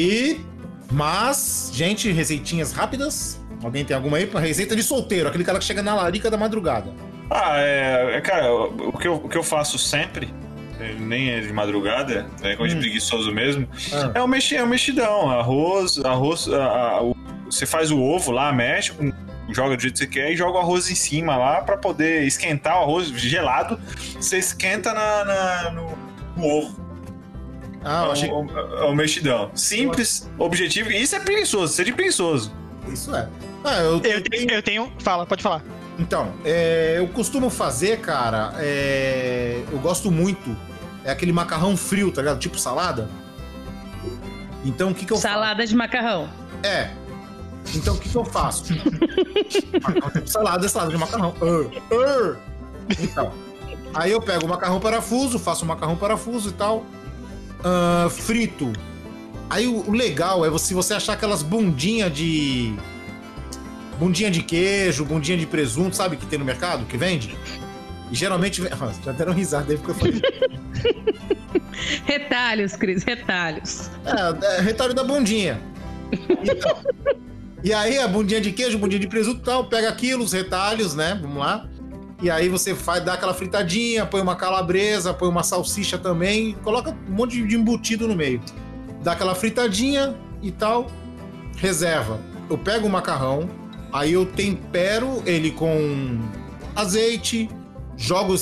Mas, gente, receitinhas rápidas. Alguém tem alguma aí? Uma receita de solteiro, aquele cara que chega na larica da madrugada. Cara, o que eu faço sempre, nem é de madrugada, é coisa de preguiçoso mesmo, é o mexidão, arroz, você faz o ovo lá, mexe, joga do jeito que você quer e joga o arroz em cima lá pra poder esquentar o arroz gelado, você esquenta no ovo. Eu achei... É o mexidão. Simples, objetivo. E isso é preguiçoso, ser de preguiçoso. Isso é. Eu tenho... Pode falar. Então, eu costumo fazer, cara, eu gosto muito, é aquele macarrão frio, tá ligado? Tipo salada. Então, o que eu faço? Salada de macarrão. Então, o que eu faço? Macarrão tipo salada de macarrão. Então, aí eu pego o macarrão parafuso, faço o macarrão parafuso e tal... frito. Aí o legal é se você achar aquelas bundinha de queijo, bundinha de presunto, sabe, que tem no mercado, que vende? E geralmente... já deram risada aí porque eu falei. Retalhos, Cris, retalhos. Retalho da bundinha. Então, e aí a bundinha de queijo, bundinha de presunto e tal, pega aquilo, os retalhos, né, vamos lá. E aí você dá aquela fritadinha, põe uma calabresa, põe uma salsicha também, coloca um monte de embutido no meio. Dá aquela fritadinha e tal, reserva. Eu pego o macarrão, aí eu tempero ele com azeite, jogo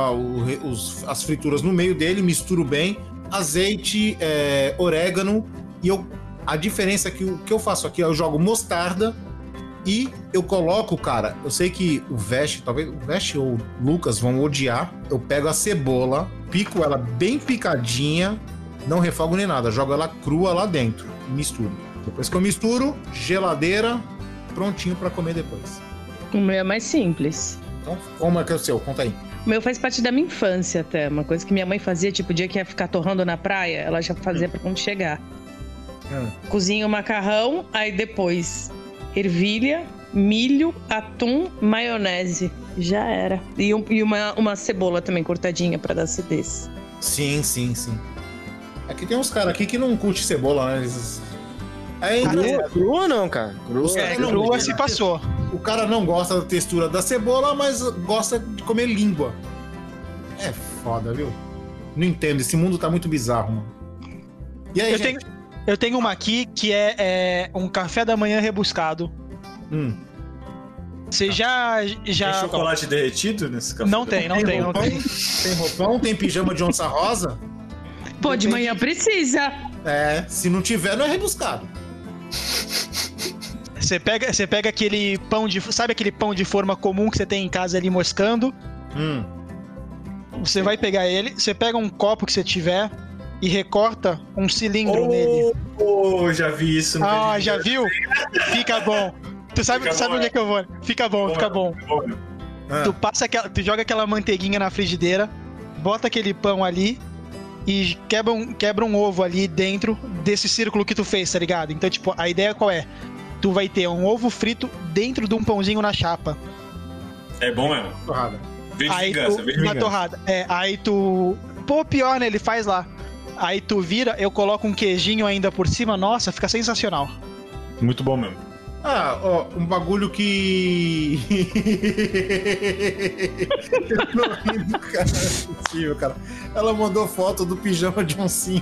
as frituras no meio dele, misturo bem, azeite, orégano, e a diferença é que o que eu faço aqui, eu jogo mostarda, e eu coloco, cara, eu sei que talvez o Veste ou o Lucas vão odiar. Eu pego a cebola, pico ela bem picadinha, não refogo nem nada, jogo ela crua lá dentro e misturo. Depois que eu misturo, geladeira, prontinho pra comer depois. O meu é mais simples. Então, como é que é o seu? Conta aí. O meu faz parte da minha infância até, uma coisa que minha mãe fazia, tipo, o dia que ia ficar torrando na praia, ela já fazia pra quando chegar. Cozinha o macarrão, aí depois... ervilha, milho, atum, maionese. Já era. E uma cebola também cortadinha pra dar acidez. Sim. Aqui tem uns caras aqui que não curte cebola, né? Crua não, cara. Crua se passou. O cara não gosta da textura da cebola, mas gosta de comer língua. É foda, viu? Não entendo, esse mundo tá muito bizarro, mano. E aí, Eu tenho uma aqui que é um café da manhã rebuscado. Você já... Tem chocolate derretido nesse café? Não tem. Tem roupão, tem pijama de onça rosa. Pô, de manhã precisa. Se não tiver, não é rebuscado. Você pega aquele pão de... Sabe aquele pão de forma comum que você tem em casa ali moscando? Você vai pegar ele, você pega um copo que você tiver e recorta um cilindro nele. Já vi isso. Já viu? Fica bom. Tu sabe onde é que eu vou? Fica bom. Tu joga aquela manteiguinha na frigideira, bota aquele pão ali e quebra um ovo ali dentro desse círculo que tu fez, tá ligado? Então, tipo, a ideia qual é? Tu vai ter um ovo frito dentro de um pãozinho na chapa. É bom mesmo. Torrada. Na torrada. Aí tu... Pô, pior, né? Ele faz lá. Aí tu vira, eu coloco um queijinho ainda por cima. Nossa, fica sensacional. Muito bom mesmo. Um bagulho que... Eu tô rindo, cara. Não é possível, cara. Ela mandou foto do pijama de oncinha.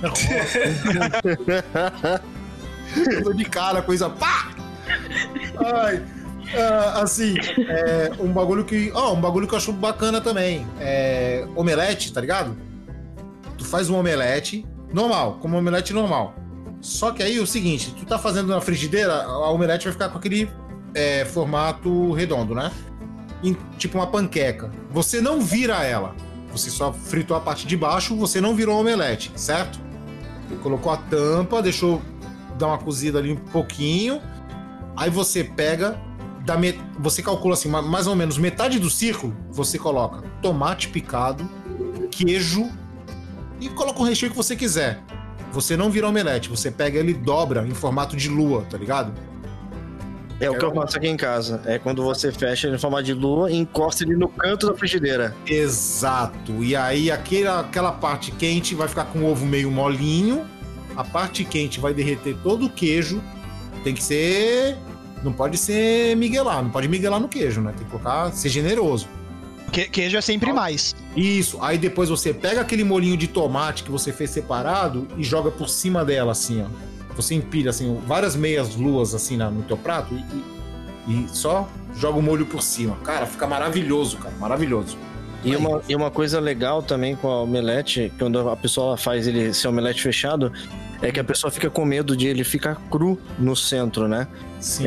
Eu tô de cara, coisa... Pá! Ai... assim, um bagulho que eu acho bacana também. Omelete, tá ligado? Tu faz um omelete normal, como um omelete normal. Só que aí o seguinte, tu tá fazendo na frigideira, a omelete vai ficar com aquele formato redondo, né? Tipo uma panqueca. Você não vira ela. Você só fritou a parte de baixo, você não virou a omelete, certo? Colocou a tampa, deixou dar uma cozida ali um pouquinho. Aí você pega, você calcula assim, mais ou menos metade do círculo, você coloca tomate picado, queijo e coloca o recheio que você quiser. Você não vira omelete, você pega ele e dobra em formato de lua, tá ligado? É o que eu faço aqui em casa. É quando você fecha ele em formato de lua e encosta ele no canto da frigideira. Exato. E aí aquela parte quente vai ficar com o ovo meio molinho. A parte quente vai derreter todo o queijo. Tem que ser... Não pode ser miguelar. Não pode miguelar no queijo, né? Tem que colocar... Ser generoso. Queijo é sempre mais. Isso. Aí depois você pega aquele molhinho de tomate que você fez separado e joga por cima dela, assim, ó. Você empilha, assim, várias meias luas, assim, no teu prato e só joga o molho por cima. Cara, fica maravilhoso, cara. Maravilhoso. E uma coisa legal também com a omelete, quando a pessoa faz esse omelete fechado, é que a pessoa fica com medo de ele ficar cru no centro, né? Sim.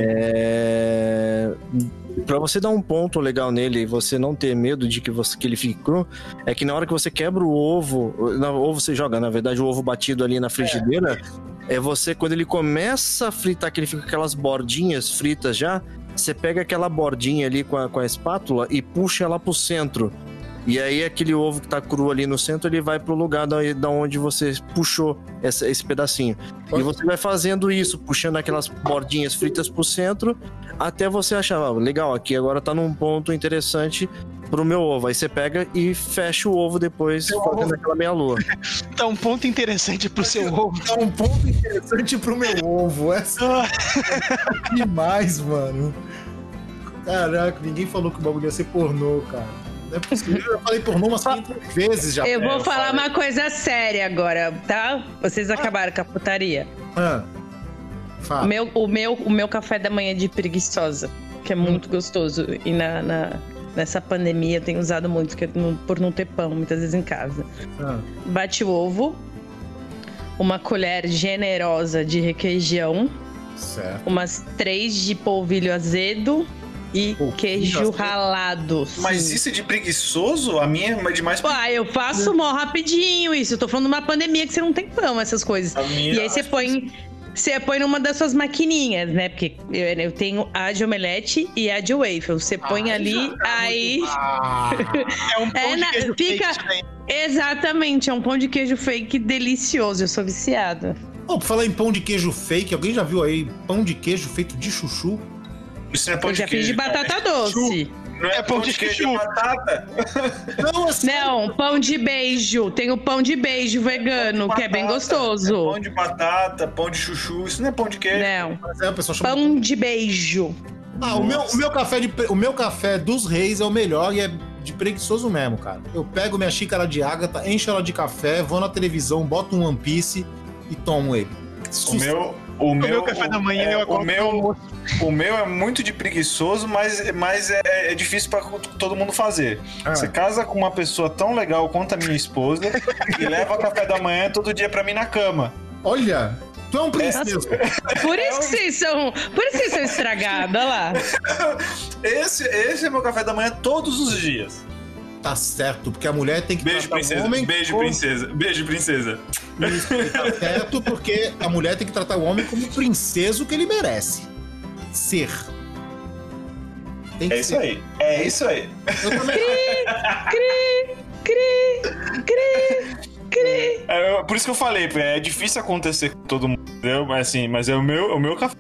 Pra você dar um ponto legal nele e você não ter medo de que ele fique cru, é que na hora que você quebra o ovo, ou você joga, na verdade, o ovo batido ali na frigideira, você, quando ele começa a fritar, que ele fica com aquelas bordinhas fritas já, você pega aquela bordinha ali com a espátula e puxa ela pro centro. E aí aquele ovo que tá cru ali no centro, ele vai pro lugar da onde você puxou esse pedacinho. E você vai fazendo isso, puxando aquelas bordinhas fritas pro centro, até você achar, legal, aqui agora tá num ponto interessante pro meu ovo. Aí você pega e fecha o ovo depois, fazendo aquela meia lua. Tá um ponto interessante pro seu ovo. Tá um ponto interessante pro meu ovo. Essa é demais, mano. Caraca, ninguém falou que o bagulho ia ser pornô, cara. Não é possível. Eu já falei pornô umas 5 vezes já. Eu vou falar uma coisa séria agora, tá? Vocês acabaram com a putaria. Fala. O meu café da manhã de preguiçosa, que é muito gostoso. E nessa pandemia eu tenho usado muito, por não ter pão muitas vezes em casa. Bate o ovo, uma colher generosa de requeijão, certo. Umas 3 de polvilho azedo e queijo ralado. Mas isso é de preguiçoso? A minha é de mais preguiçoso. Eu faço mó rapidinho isso. Eu tô falando de uma pandemia que você não tem pão, essas coisas. E aí você põe numa das suas maquininhas, né? Porque eu tenho a de omelete e a de waffle. Você põe ali, aí... É um pão de queijo fake. Exatamente, é um pão de queijo fake delicioso. Eu sou viciada. Por falar em pão de queijo fake, alguém já viu aí pão de queijo feito de chuchu? Isso não é pão eu de já queijo, fiz de batata doce. Não é pão de queijo de batata? Não, assim... Não, pão de beijo. Tem o pão de beijo vegano, que é bem gostoso. É pão de batata, pão de chuchu. Isso não é pão de queijo. Não. Mas a pessoa chama pão de beijo. O meu café dos reis é o melhor e é de preguiçoso mesmo, cara. Eu pego minha xícara de ágata, encho ela de café, vou na televisão, boto um One Piece e tomo ele. O meu café da manhã eu acordo. O meu é muito de preguiçoso, mas é difícil pra todo mundo fazer. Você casa com uma pessoa tão legal quanto a minha esposa e leva café da manhã todo dia pra mim na cama. Olha, tu é um princesa. Por isso que vocês são estragados, olha lá. Esse é meu café da manhã todos os dias. Tá certo, porque a mulher tem que tratar o homem... Beijo, princesa. Beijo, princesa. Isso, tá certo, porque a mulher tem que tratar o homem como princeso que ele merece ser. Tem que É isso aí. É isso aí. Eu também... Por isso que eu falei, é difícil acontecer com todo mundo, entendeu? Mas é o meu café.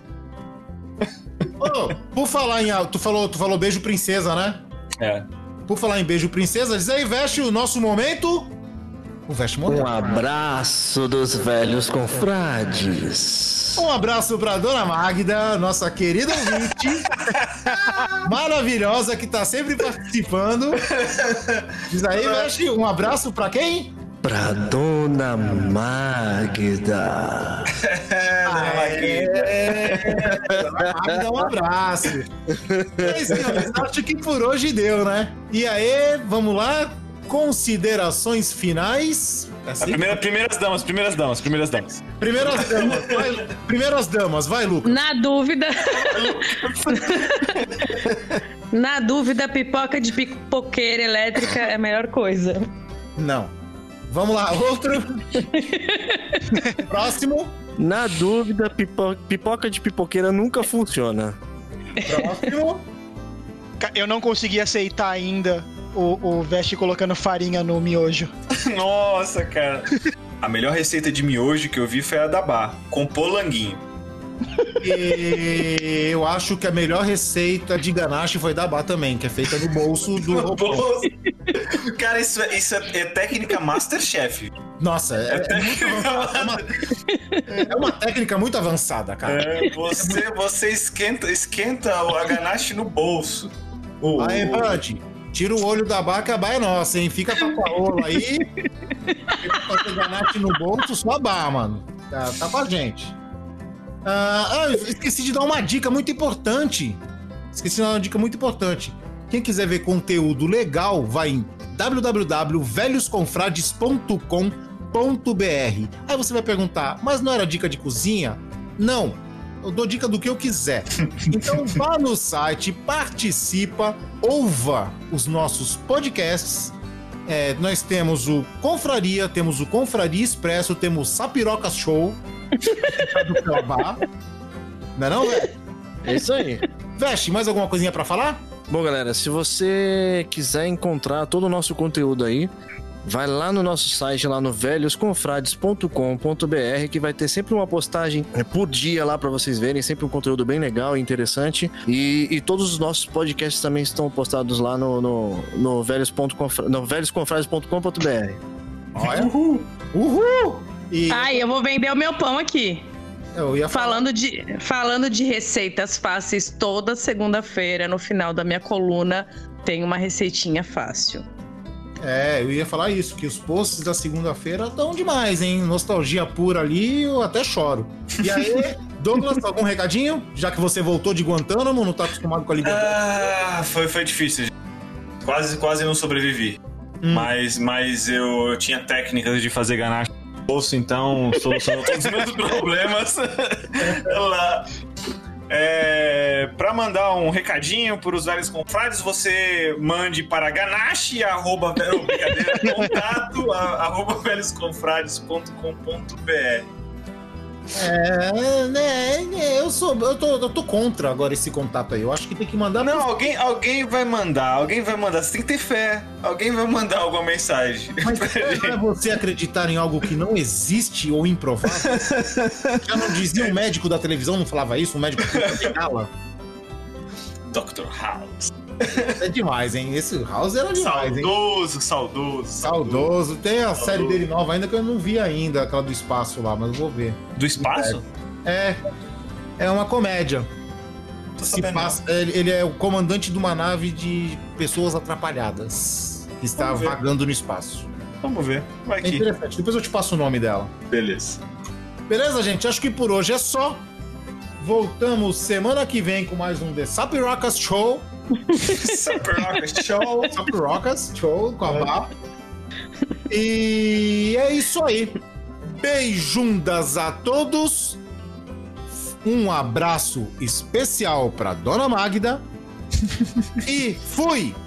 Por falar em... Tu falou beijo, princesa, né? É. Por falar em beijo, princesa, diz aí, Veste, o nosso momento... O Veste morreu. Um abraço dos velhos confrades. Um abraço pra Dona Magda, nossa querida ouvinte. Maravilhosa, que tá sempre participando. Diz aí, Veste, um abraço pra quem? Pra Dona Magda. Dona Magda, um abraço. E aí, senhores, acho que por hoje deu, né? E aí, vamos lá? considerações finais. Primeiras damas. Primeiras damas, vai, Lucas. Na dúvida, pipoca de pipoqueira elétrica é a melhor coisa. Não. Vamos lá, outro. Próximo. Na dúvida, pipoca de pipoqueira nunca funciona. Próximo. Eu não consegui aceitar ainda o Veste colocando farinha no miojo. Nossa, cara. A melhor receita de miojo que eu vi foi a da Bar, com polanguinho. E eu acho que a melhor receita de ganache foi da Bar também, que é feita no bolso do robô. Cara, isso é técnica Masterchef. Nossa, é uma técnica muito avançada, cara. Você esquenta a ganache no bolso. Aí, Bud, tira o olho da Bar, que a Bar é nossa, hein? Fica com a paola aí. Fica com a ganache no bolso, só a Bar, mano. Tá com a gente. Esqueci de dar uma dica muito importante. Quem quiser ver conteúdo legal, vai em www.velhosconfrades.com.br. Aí você vai perguntar, mas não era dica de cozinha? Não, eu dou dica do que eu quiser. Então vá no site, participa, ouva os nossos podcasts. Nós temos o Confraria, temos o Confraria Expresso, temos o Sapirocas Show. Não é não, velho? É isso aí. Veste, mais alguma coisinha pra falar? Bom, galera, se você quiser encontrar todo o nosso conteúdo aí, vai lá no nosso site, lá no velhosconfrades.com.br, que vai ter sempre uma postagem por dia lá pra vocês verem, sempre um conteúdo bem legal e interessante. E todos os nossos podcasts também estão postados lá no velhosconfrades.com.br. Olha. Uhul! Eu vou vender o meu pão aqui. Eu ia falando de receitas fáceis, toda segunda-feira, no final da minha coluna, tem uma receitinha fácil. Eu ia falar isso, que os posts da segunda-feira estão demais, hein? Nostalgia pura ali, eu até choro. E aí, Douglas, algum recadinho? Já que você voltou de Guantánamo, não tá acostumado com a liberdade? Foi difícil. Quase não sobrevivi. Mas eu tinha técnicas de fazer ganache no bolso, então solucionou todos os meus problemas. Lá. Para mandar um recadinho para os velhos confrades, você mande para ganache, @velhosconfrades.com.br. Eu tô contra agora esse contato aí. Eu acho que tem que mandar. Não, alguém vai mandar. Você tem que ter fé. Alguém vai mandar alguma mensagem. Mas é você acreditar em algo que não existe ou improvável? Já não dizia o médico da televisão, não falava isso? O médico que fala. Dr. House. É demais, hein? Esse House era demais, Saudoso. Tem a série dele nova ainda que eu não vi ainda, aquela do espaço lá, mas eu vou ver. Do espaço? É uma comédia. Ele é o comandante de uma nave de pessoas atrapalhadas que está vagando no espaço. Vamos ver. Vai aqui. É interessante. Depois eu te passo o nome dela. Beleza, gente? Acho que por hoje é só. Voltamos semana que vem com mais um The Sapirocas Show. Sapirocas Show com a Bá. E é isso aí. Beijundas a todos. Um abraço especial pra Dona Magda. E fui!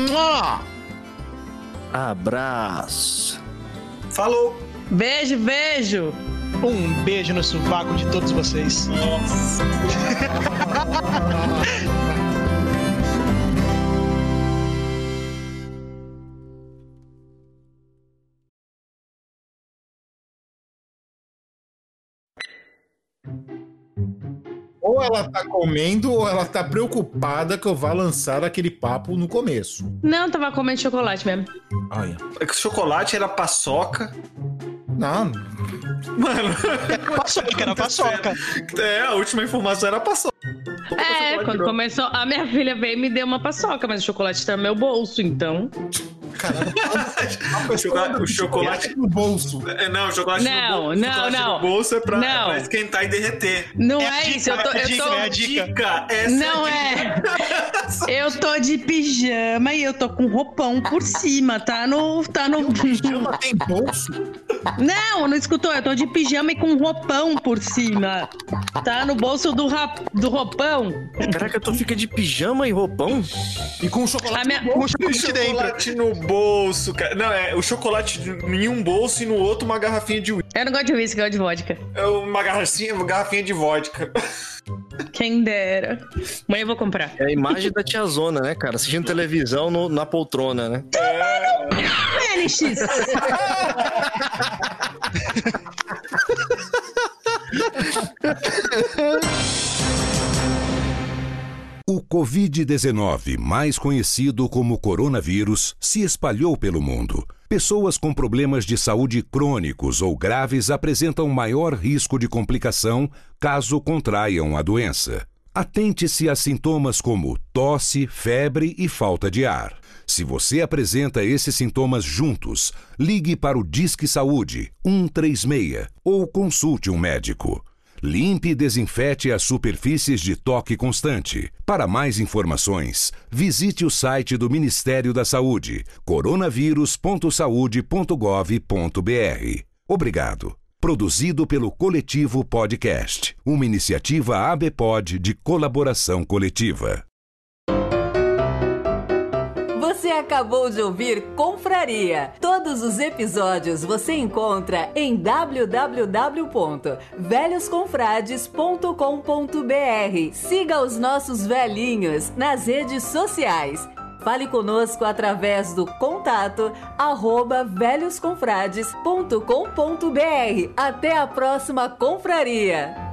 Abraço. Falou! Beijo! Um beijo no sovaco de todos vocês. Nossa! Ou ela tá comendo, ou ela tá preocupada que eu vá lançar aquele papo no começo. Não, tava comendo chocolate mesmo. Olha. É que o chocolate era paçoca. Não. Mano. Era paçoca. A última informação era paçoca. Quando começou, a minha filha veio e me deu uma paçoca, mas o chocolate tá no meu bolso, então. Caralho. O chocolate no bolso. Não, o chocolate no bolso é pra esquentar e derreter. Não é isso. É a dica. Não é. Eu tô de pijama e eu tô com roupão por cima. Tá no... Pijama tem bolso? Não escutou. Eu tô de pijama e com roupão por cima. Tá no bolso do roupão. Caraca, tu fica de pijama e roupão? E com chocolate Com chocolate no bolso, cara. Não, é o chocolate em um bolso e no outro uma garrafinha de uísque. Eu não gosto de uísque, eu gosto de vodka. É uma garrafinha de vodka. Quem dera. Amanhã eu vou comprar. É a imagem da tiazona, né, cara? Assistindo televisão na poltrona, né? LX. O Covid-19, mais conhecido como coronavírus, se espalhou pelo mundo. Pessoas com problemas de saúde crônicos ou graves apresentam maior risco de complicação caso contraiam a doença. Atente-se a sintomas como tosse, febre e falta de ar. Se você apresenta esses sintomas juntos, ligue para o Disque Saúde 136 ou consulte um médico. Limpe e desinfete as superfícies de toque constante. Para mais informações, visite o site do Ministério da Saúde, coronavírus.saude.gov.br. Obrigado. Produzido pelo Coletivo Podcast, uma iniciativa ABPOD de colaboração coletiva. Você acabou de ouvir Confraria. Todos os episódios você encontra em www.velhosconfrades.com.br. Siga os nossos velhinhos nas redes sociais. Fale conosco através do contato @velhosconfrades.com.br. Até a próxima confraria!